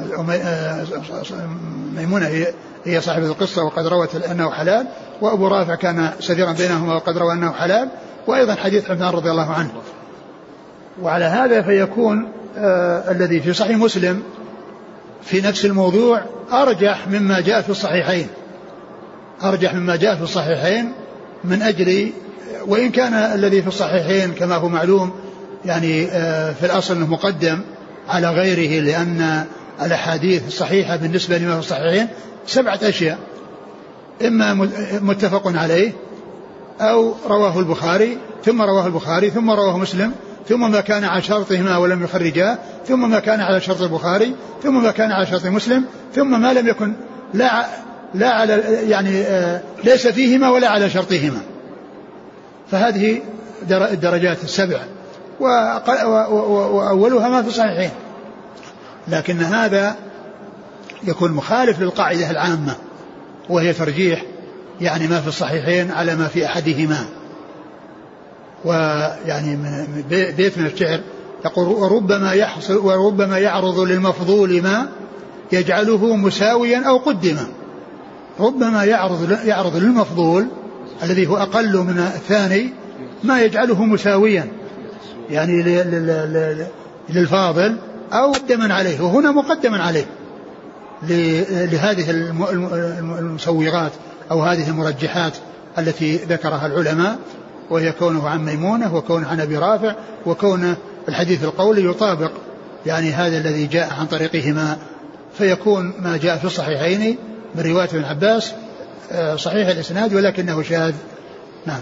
ميمونة هي صاحبة القصة وقد روت أنه حلال، وأبو رافع كان سفيرا بينهما وقد روى أنه حلال، وأيضا حديث عثمان رضي الله عنه. وعلى هذا فيكون آه الذي في صحيح مسلم في نفس الموضوع أرجح مما جاء في الصحيحين، أرجح مما جاء في الصحيحين من أجل، وإن كان الذي في الصحيحين كما هو معلوم يعني آه في الأصل أنه مقدم على غيره، لأن الأحاديث الصحيحة بالنسبة لما في الصحيحين سبعة أشياء، إما متفق عليه أو رواه البخاري ثم رواه البخاري ثم رواه مسلم ثم ما كان على شرطهما ولم يخرجاه ثم ما كان على شرط البخاري ثم ما كان على شرط مسلم ثم ما لم يكن لا لا على يعني ليس فيهما ولا على شرطهما. فهذه الدرجات السبع، وأولها ما في الصحيحين، لكن هذا يكون مخالف للقاعدة العامة وهي ترجيح يعني ما في الصحيحين على ما في أحدهما. ويعني من بيت من الشعر يقول وربما يحصل وربما يعرض للمفضول ما يجعله مساويا أو قدما. ربما يعرض يعرض للمفضول الذي هو أقل من الثاني ما يجعله مساويا يعني للفاضل أو مقدما عليه، وهنا مقدما عليه لهذه المسوغات أو هذه المرجحات التي ذكرها العلماء، وهي كونه عن ميمونة وكونه عن أبي رافع وكونه الحديث القولي يطابق يعني هذا الذي جاء عن طريقهما، فيكون ما جاء في الصحيحين من رواية ابن عباس صحيح الإسناد ولكنه شاذ. نعم.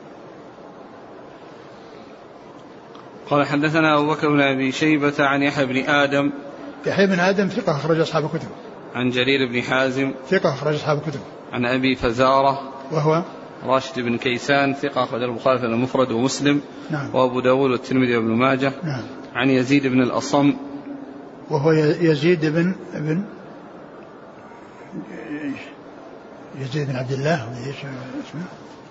قال حدثنا أبو بكر بن أبي شيبة عن يحيى بن آدم. يحيى بن آدم ثقة أخرج أصحاب الكتب. عن جرير بن حازم ثقة أخرج أصحاب الكتب. عن أبي فزارة وهو راشد بن كيسان ثقة أخرج البخاري في المفرد ومسلم. نعم. وأبو داود والترمذي وابن ماجه. نعم. عن يزيد بن الأصم وهو يزيد بن بن يزيد بن عبد الله اسمه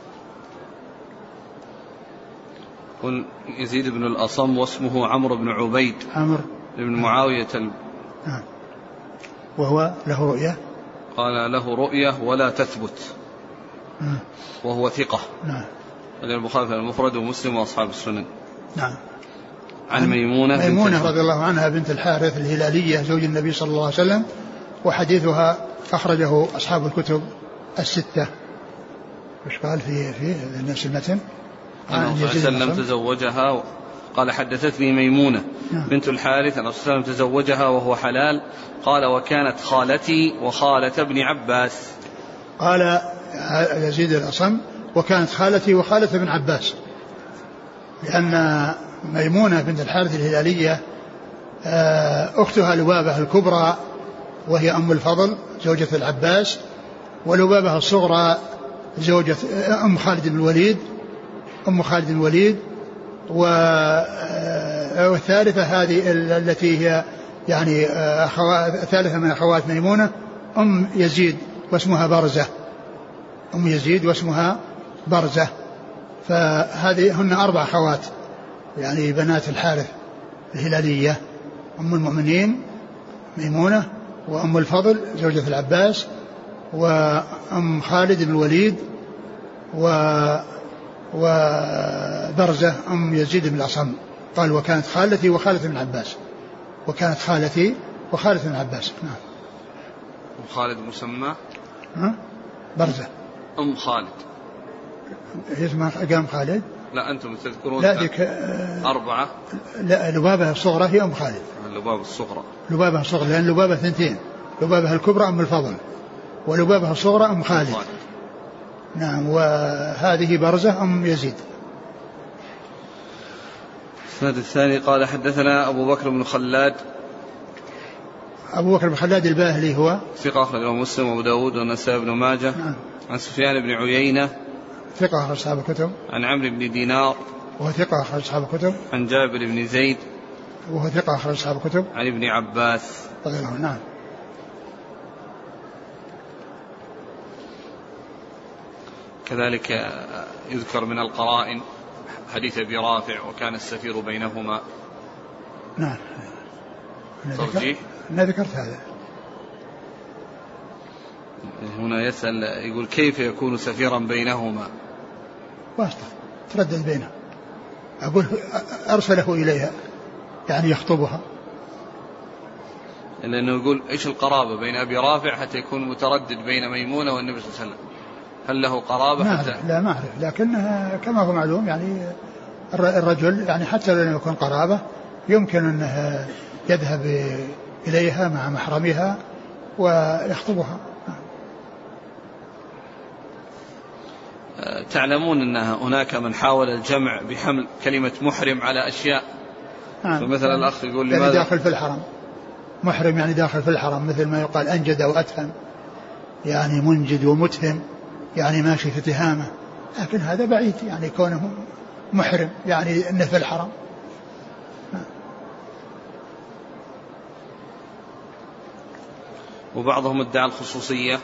قل يزيد بن الأصم واسمه عمرو بن عبيد عمرو بن معاوية ال... نعم. وهو له رؤية قال له رؤية ولا تثبت. نعم. وهو ثقة. نعم. البخاري في المفرد ومسلم وأصحاب السنن. نعم. عن ميمونة ميمونة رضي الله عنها بنت الحارث الهلالية زوج النبي صلى الله عليه وسلم، وحديثها أخرجه أصحاب الكتب الستة. وش قال في في نفس المتن؟ أنه صلى الله عليه وسلم تزوجها قال حدثتني ميمونة نعم. بنت الحارث أن صلى الله عليه وسلم تزوجها وهو حلال. قال وكانت خالتي وخالة ابن عباس. قال يزيد الأصم وكانت خالتي وخالة ابن عباس، لأن ميمونة بنت الحارث الهلالية أختها لبابة الكبرى وهي أم الفضل زوجة العباس، ولبابة الصغرى زوجة أم خالد بن الوليد أم خالد بن الوليد، و والثالثة هذه التي هي يعني أخوات ثالثة من أخوات ميمونة أم يزيد واسمها برزة، أم يزيد واسمها برزة. فهذه هن أربع أخوات يعني بنات الحارث الهلالية: أم المؤمنين ميمونة، وأم الفضل زوجة العباس، وأم خالد بن الوليد، و وبرزة أم يزيد بن الأصم. قال وكانت خالتي وخالة بن عباس، وكانت خالتي وخالة بن عباس. نعم. أم خالد مسمى برزة أم خالد، هي اسمها قام خالد. لا أنتم تذكرون لا ذيك أربعة. لا لبابة الصغرى هي أم خالد. لبابة الصغرى لبابة الصغرى لأن لبابة ثنتين، لبابة الكبرى أم الفضل، ولبابة الصغرى أم خالد. نعم. وهذه برزة أم يزيد. السند الثاني قال حدثنا أبو بكر بن خلاد. أبو بكر بن خلاد الباهلي هو ثقة أخرجه مسلم وأبو داود والنسائي بن ماجه. نعم. عن سفيان بن عيينة ثقة أخرج أصحاب الكتب. عن عمرو بن دينار وهو ثقة أخرج أصحاب الكتب. عن جابر بن زيد وهو ثقة أخرج أصحاب الكتب. عن ابن عباس رضي الله عنه. نعم. كذلك يذكر من القرائن حديث أبي رافع وكان السفير بينهما. نعم. ترجيح. أنا ذكرت هذا. هنا يسأل يقول كيف يكون سفيرا بينهما؟ واسطة تردد بينهم. أقول أرسله إليها يعني يخطبها، لأنه يقول إيش القرابة بين أبي رافع حتى يكون متردد بين ميمونة والنبي صلى الله عليه وسلم؟ هل له قرابة؟ ما حتى أعرف. لا ما أعرف، لكن كما هو معلوم يعني الرجل يعني حتى لو لم يكن قرابة يمكن أنه يذهب إليها مع محرمها ويخطبها. تعلمون أن هناك من حاول الجمع بحمل كلمة محرم على أشياء. نعم. فمثلا الأخ يقول يعني لماذا داخل في الحرم، محرم يعني داخل في الحرم، مثل ما يقال أنجد وأتهم، يعني منجد ومتهم، يعني ماشي في تهامة، لكن هذا بعيد يعني كونه محرم يعني أنه في الحرم. وبعضهم ادعى الخصوصية.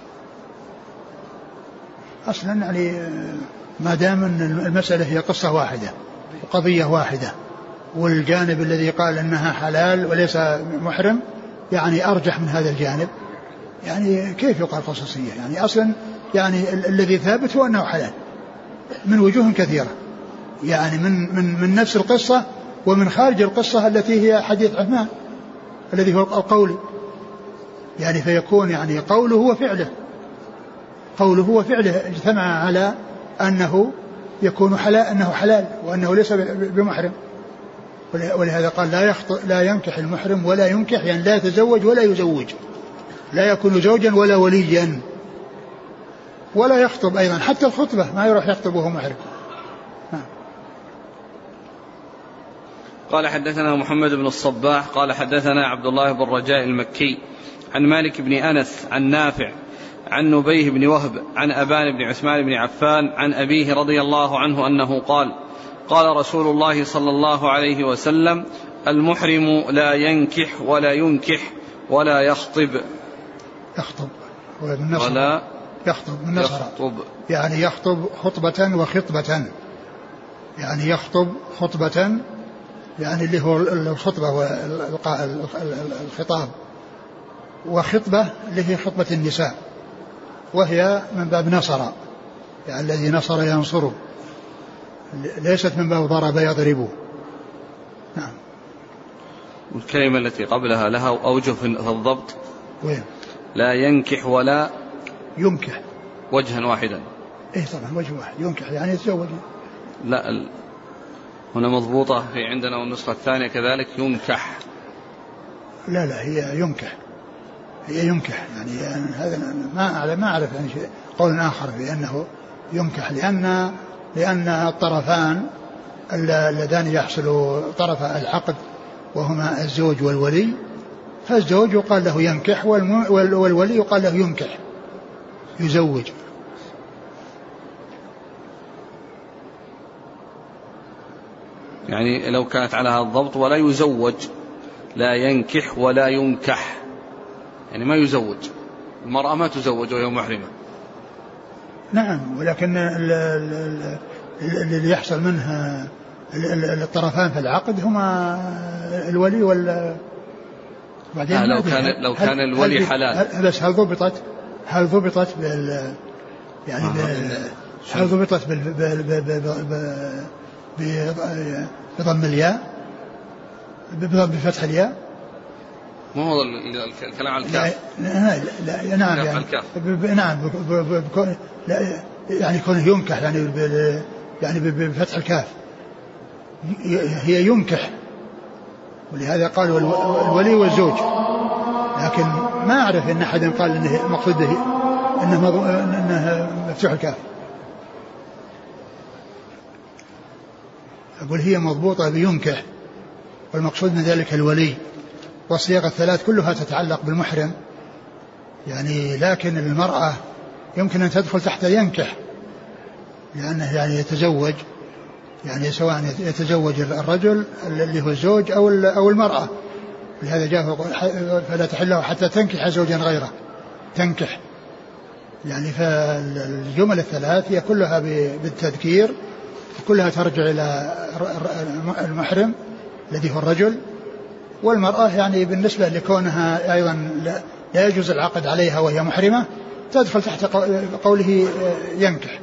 أصلا يعني ما دام أن المسألة هي قصة واحدة وقضية واحدة، والجانب الذي قال أنها حلال وليس محرم يعني أرجح من هذا الجانب، يعني كيف يقال خصوصية؟ يعني أصلا يعني الذي ثابت هو أنه حلال من وجوه كثيرة، يعني من من من نفس القصة ومن خارج القصة التي هي حديث عثمان الذي هو القول، يعني فيكون يعني قوله وفعله، قوله وفعله اجتمع على أنه يكون حلال، أنه حلال وأنه ليس بمحرم. ولهذا قال لا يخطئ لا ينكح المحرم ولا ينكح، يعني لا يتزوج ولا يزوج، لا يكون زوجا ولا وليا ولا يخطب أيضا، حتى الخطبة ما يروح يخطب وهو محرم. قال حدثنا محمد بن الصباح قال حدثنا عبد الله بن رجاء المكي عن مالك بن أنس عن نافع عن نبيه بن وهب عن أبان بن عثمان بن عفان عن أبيه رضي الله عنه أنه قال قال رسول الله صلى الله عليه وسلم المحرم لا ينكح ولا ينكح ولا يخطب. يخطب ولا يخطب من نصر، يخطب يعني يخطب خطبة وخطبة، يعني يخطب خطبة يعني اللي هو الخطبة والخطاب، وخطبة اللي هي خطبة النساء وهي من باب نصر، يعني الذي نصر ينصر، ليست من باب ضرب يضرب. نعم. والكلمة التي قبلها لها أوجه في الضبط. وين؟ لا ينكح ولا ينكح وجها واحدا. إيه طبعا وجه واحد، ينكح يعني يتزوج. لا ال... هنا مضبوطة في عندنا والنسخة الثانية كذلك ينكح. لا لا هي ينكح، هي ينكح يعني, يعني هذا ما أعلم ما أعرف يعني شيء قول آخر بأنه ينكح، لأن لأن الطرفان اللذان يحصل طرف العقد وهما الزوج والولي، فالزوج يقال له ينكح والولي يقال له ينكح يزوج. يعني لو كانت على هذا الضبط ولا يزوج، لا ينكح ولا ينكح، يعني ما يزوج، المرأة ما تزوج وهي محرمة. نعم، ولكن اللي يحصل منها الطرفان في العقد هما الولي وال بعدين آه لو كان لو كان الولي حلال. بس هل ضبطت هل ضبطت بال يعني آه هل ضبطت بال بضم الياء بفتح الياء؟ ما هو الكلام على الكاف؟ لا لا نعم يعني نعم يعني يكون ينكح يعني يعني بفتح الكاف، هي ينكح، ولهذا قالوا الولي والزوج، لكن ما أعرف إن أحد قال إنه مقصوده إنه إنه مفتوح الكاف. أقول هي مضبوطة بينكح، والمقصود من ذلك الولي، والصيغ الثلاث كلها تتعلق بالمحرم يعني، لكن المرأة يمكن أن تدخل تحت ينكح، لأنه يعني يتزوج، يعني سواء يتزوج الرجل اللي هو الزوج أو أو المرأة، لهذا جاء فلا تحله حتى تنكح زوجا غيره، تنكح يعني. فالجمل الثلاث هي كلها بالتذكير، كلها ترجع إلى المحرم الذي هو الرجل، والمرأة يعني بالنسبة لكونها أيضا لا يجوز العقد عليها وهي محرمة تدخل تحت قوله ينكح.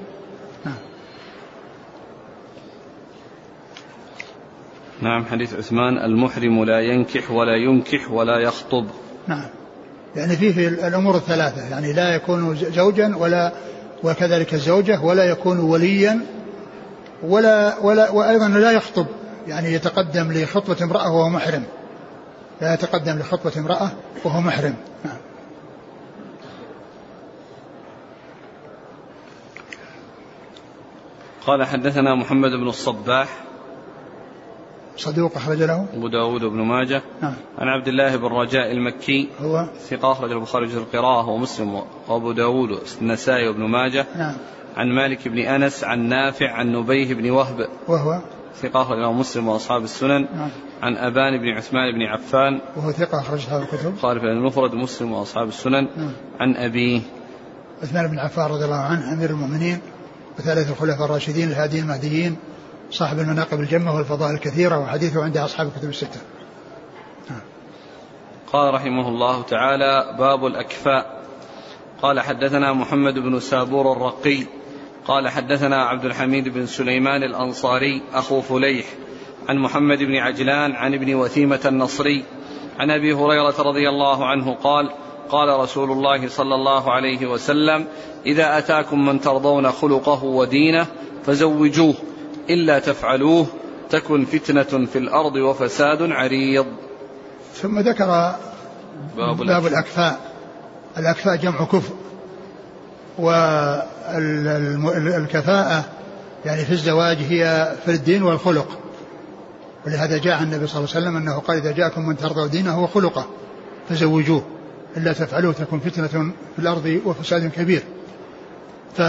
نعم. حديث عثمان المحرم لا ينكح ولا ينكح ولا يخطب. نعم، يعني فيه الأمور الثلاثة، يعني لا يكون زوجا ولا وكذلك الزوجة، ولا يكون وليا ولا ولا وأيضا لا يخطب، يعني يتقدم لخطبة امرأة وهو محرم، لا يتقدم لخطبة امرأة وهو محرم. نعم. قال حدثنا محمد بن الصباح صدوق أخرج له أبو داود بن ماجه. نعم. عن عبد الله بن رجاء المكي هو ثقة أخرج البخاري في القراءة ومسلم وأبو داود النسائي وابن ماجه. نعم. عن مالك بن أنس عن نافع عن نبيه بن وهب وهو ثقة أخرج مسلم وأصحاب السنن. نعم. عن أبان بن عثمان بن عفان وهو ثقة أخرج أصحاب الكتب خالف المفرد مسلم وأصحاب السنن. نعم. عن أبيه عثمان بن عفان رضي الله عنه أمير المؤمنين وثالث الخلفاء الراشدين الهاديين المهديين صاحب المناقب الجمة والفضائل الكثيرة، وحديثه عند أصحاب الكتب الستة. قال رحمه الله تعالى باب الأكفاء. قال حدثنا محمد بن سابور الرقي قال حدثنا عبد الحميد بن سليمان الأنصاري أخو فليح عن محمد بن عجلان عن ابن وثيمة النصري عن أبي هريرة رضي الله عنه قال قال رسول الله صلى الله عليه وسلم إذا أتاكم من ترضون خلقه ودينه فزوجوه إلا تفعلوه تكن فتنة في الأرض وفساد عريض. ثم ذكر باب, باب الأكفاء. الأكفاء جمع كفء، والكفاءة يعني في الزواج هي في الدين والخلق، ولهذا جاء النبي صلى الله عليه وسلم أنه قال إذا جاءكم من ترضوا دينه وخلقه فزوجوه إلا تفعلوه تكن فتنة في الأرض وفساد كبير. ف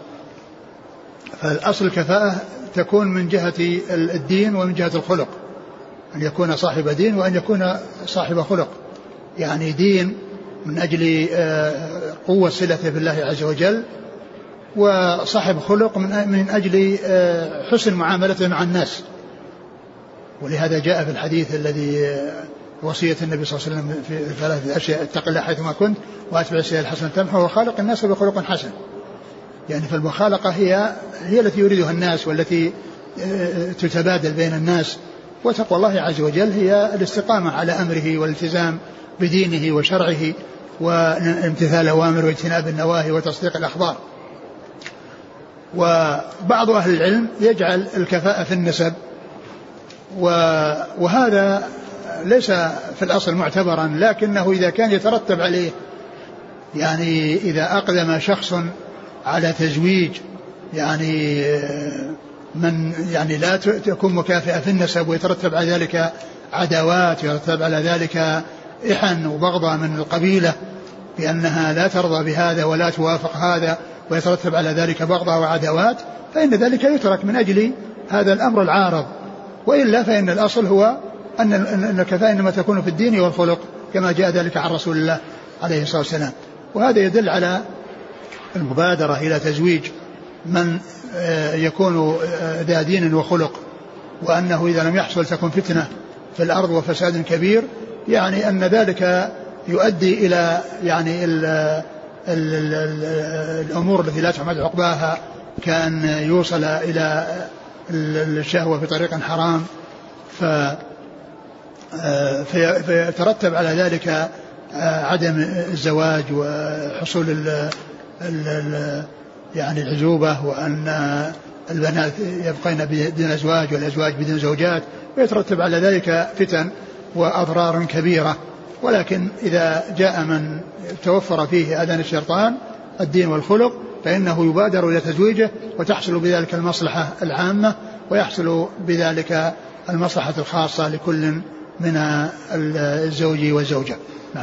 فالأصل الكفاءة تكون من جهة الدين ومن جهة الخلق، أن يكون صاحب دين وأن يكون صاحب خلق، يعني دين من أجل قوة صلته بالله عز وجل، وصاحب خلق من أجل حسن معاملته مع الناس. ولهذا جاء في الحديث الذي وصية النبي صلى الله عليه وسلم في ثلاث أشياء: اتق الله حيثما كنت وأتبع السيئة الحسنة تمحو وخالق الناس بخلق حسن. يعني فالمخالقة هي هي التي يريدها الناس والتي تتبادل بين الناس، وتقوى الله عز وجل هي الاستقامة على أمره والالتزام بدينه وشرعه وامتثال الأوامر واجتناب النواهي وتصديق الأخبار. وبعض أهل العلم يجعل الكفاءة في النسب، وهذا ليس في الأصل معتبرا، لكنه إذا كان يترتب عليه، يعني إذا أقدم شخص على تزويج يعني من يعني لا تكون مكافئة في النسب ويترتب على ذلك عداوات، ويترتب على ذلك إحن وبغضة من القبيلة بأنها لا ترضى بهذا ولا توافق هذا، ويترتب على ذلك بغضة وعداوات، فإن ذلك يترك من أجل هذا الأمر العارض وإلا فإن الأصل هو أن أن الكفاءة إنما تكون في الدين والخلق كما جاء ذلك عن رسول الله عليه الصلاة والسلام. وهذا يدل على المبادرة إلى تزويج من يكون ذا دين وخلق، وأنه إذا لم يحصل تكون فتنة في الأرض وفساد كبير، يعني أن ذلك يؤدي إلى يعني ال ال ال الأمور التي لا تحمد عقباها، كأن يوصل إلى الشهوة بطريق حرام، فيترتب على ذلك عدم الزواج وحصول ال ال يعني العزوبة، وأن البنات يبقين بدون أزواج والأزواج بدون زوجات، ويترتب على ذلك فتن وأضرار كبيرة. ولكن إذا جاء من توفر فيه أذان الشيطان الدين والخلق فإنه يبادر إلى تزويجه، وتحصل بذلك المصلحة العامة، ويحصل بذلك المصلحة الخاصة لكل من الزوج والزوجة. نعم.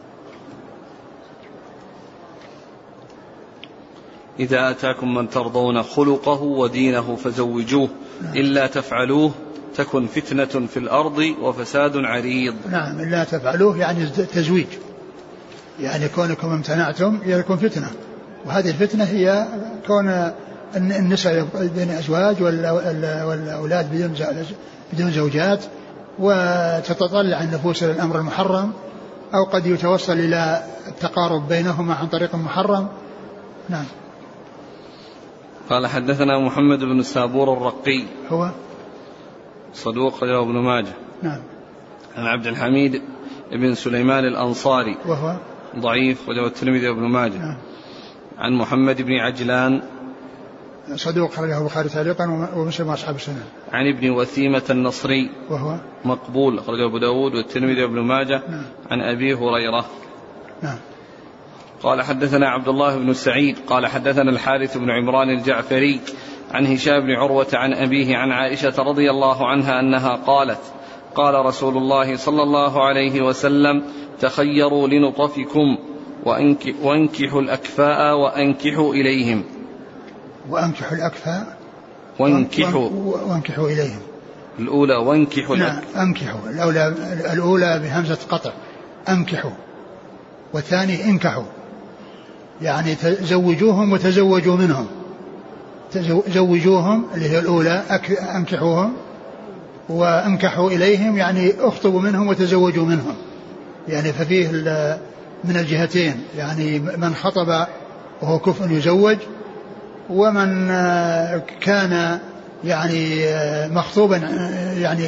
إذا أتاكم من ترضون خلقه ودينه فزوجوه إلا تفعلوه تكن فتنة في الأرض وفساد عريض. نعم، إلا تفعلوه يعني تزويج، يعني كونكم امتنعتم يكون فتنة، وهذه الفتنة هي كون النساء بين أزواج والأولاد بدون زوجات، وتتطلع النفوس إلى الأمر المحرم، أو قد يتوصل إلى التقارب بينهما عن طريق محرم. نعم. قال حدثنا محمد بن السابور الرقي هو صدوق له ابن ماجه. نعم. عن عبد الحميد بن سليمان الأنصاري وهو ضعيف وله الترمذي وابن ماجه. نعم. عن محمد بن عجلان صدوق خرجه البخاري تعليقا ومسلم واصحاب السنن. عن ابن وثيمة النصري وهو مقبول خرجه ابو داود والترمذي وابن ماجه. نعم. عن ابي هريرة. نعم. قال حدثنا عبد الله بن سعيد قال حدثنا الحارث بن عمران الجعفري عن هشام بن عروة عن أبيه عن عائشة رضي الله عنها أنها قالت قال رسول الله صلى الله عليه وسلم تخيروا لنطفكم وانكحوا الأكفاء وأنكحوا إليهم. وأنكحوا الأكفاء وانكحوا وانكحوا إليهم. الأولى وانكحوا. نعم. أنكحوا الأولى, الأولى بهمزة قطع أنكحوا، والثاني انكحوا، يعني تزوجوهم وتزوجوا منهم. زوجوهم اللي هي الأولى أنكحوهم، وانكحوا إليهم يعني اخطبوا منهم وتزوجوا منهم، يعني ففيه من الجهتين، يعني من خطب وهو كفء يزوج، ومن كان يعني مخطوبا يعني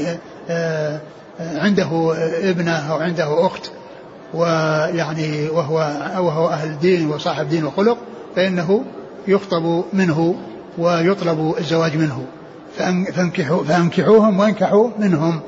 عنده ابنة أو عنده أخت ويعني وهو وهو أهل دين وصاحب دين وخلق، فإنه يخطب منه ويطلب الزواج منه. فانكحوا فانكحوهم وانكحوا منهم.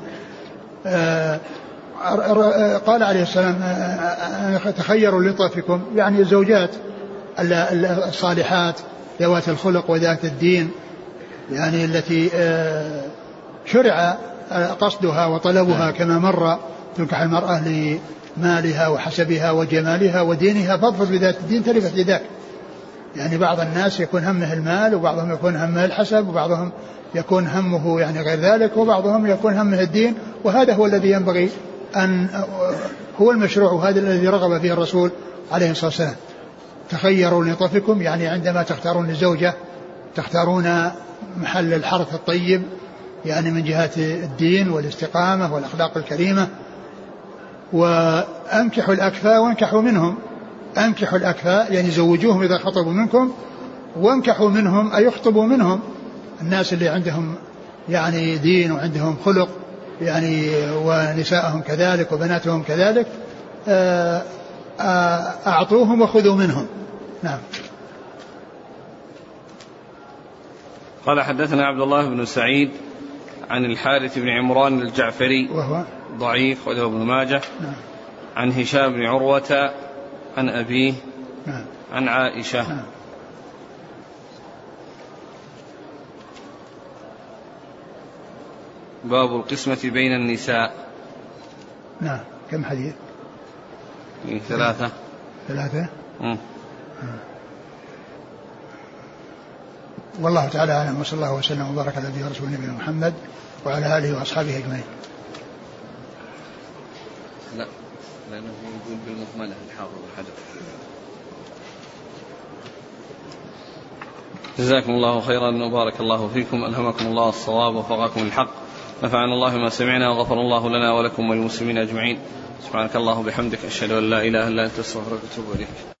قال عليه السلام تخيروا لطفكم، يعني الزوجات الصالحات ذوات الخلق وذات الدين، يعني التي شرع قصدها وطلبها كما مر، تنكح المرأة لمالها وحسبها وجمالها ودينها، فاظفر بذات الدين تلفت يداك. يعني بعض الناس يكون همه المال، وبعضهم يكون همه الحسب، وبعضهم يكون همه يعني غير ذلك، وبعضهم يكون همه الدين، وهذا هو الذي ينبغي أن هو المشروع، وهذا الذي رغب فيه الرسول عليه الصلاة والسلام. تخيروا لنطفكم، يعني عندما تختارون الزوجة تختارون محل الحرث الطيب، يعني من جهة الدين والاستقامة والأخلاق الكريمة. وأنكحوا الأكفاء وانكحوا منهم. أنكحوا الأكفاء يعني زوجوهم إذا خطبوا منكم، وانكحوا منهم أي يخطبوا منهم، الناس اللي عندهم يعني دين وعندهم خلق، يعني ونساءهم كذلك وبناتهم كذلك، أعطوهم وخذوا منهم. نعم. قال حدثنا عبد الله بن سعيد عن الحارث بن عمران الجعفري وهو ضعيف وله ابن ماجه. نعم. عن هشام بن عروة عن أبيه. نعم. عن عائشة. نعم. باب القسمة بين النساء. نعم. كم حديث؟ ثلاثة. ثلاثة. مم. والله تعالى أعلم، وصلى الله وسلم وبارك على نبينا ورسوله نبينا محمد وعلى آله وأصحابه أجمعين. لا لأنه يقول بالمهملة الحافظ الحجر. جزاكم الله خيرا وبارك الله فيكم، ألهمكم الله الصواب ووفقكم الحق، نفعنا الله ما سمعنا وغفر الله لنا ولكم وللمسلمين أجمعين. سبحانك الله وبحمدك، أشهد أن لا إله إلا أنت، أستغفرك وأتوب إليك.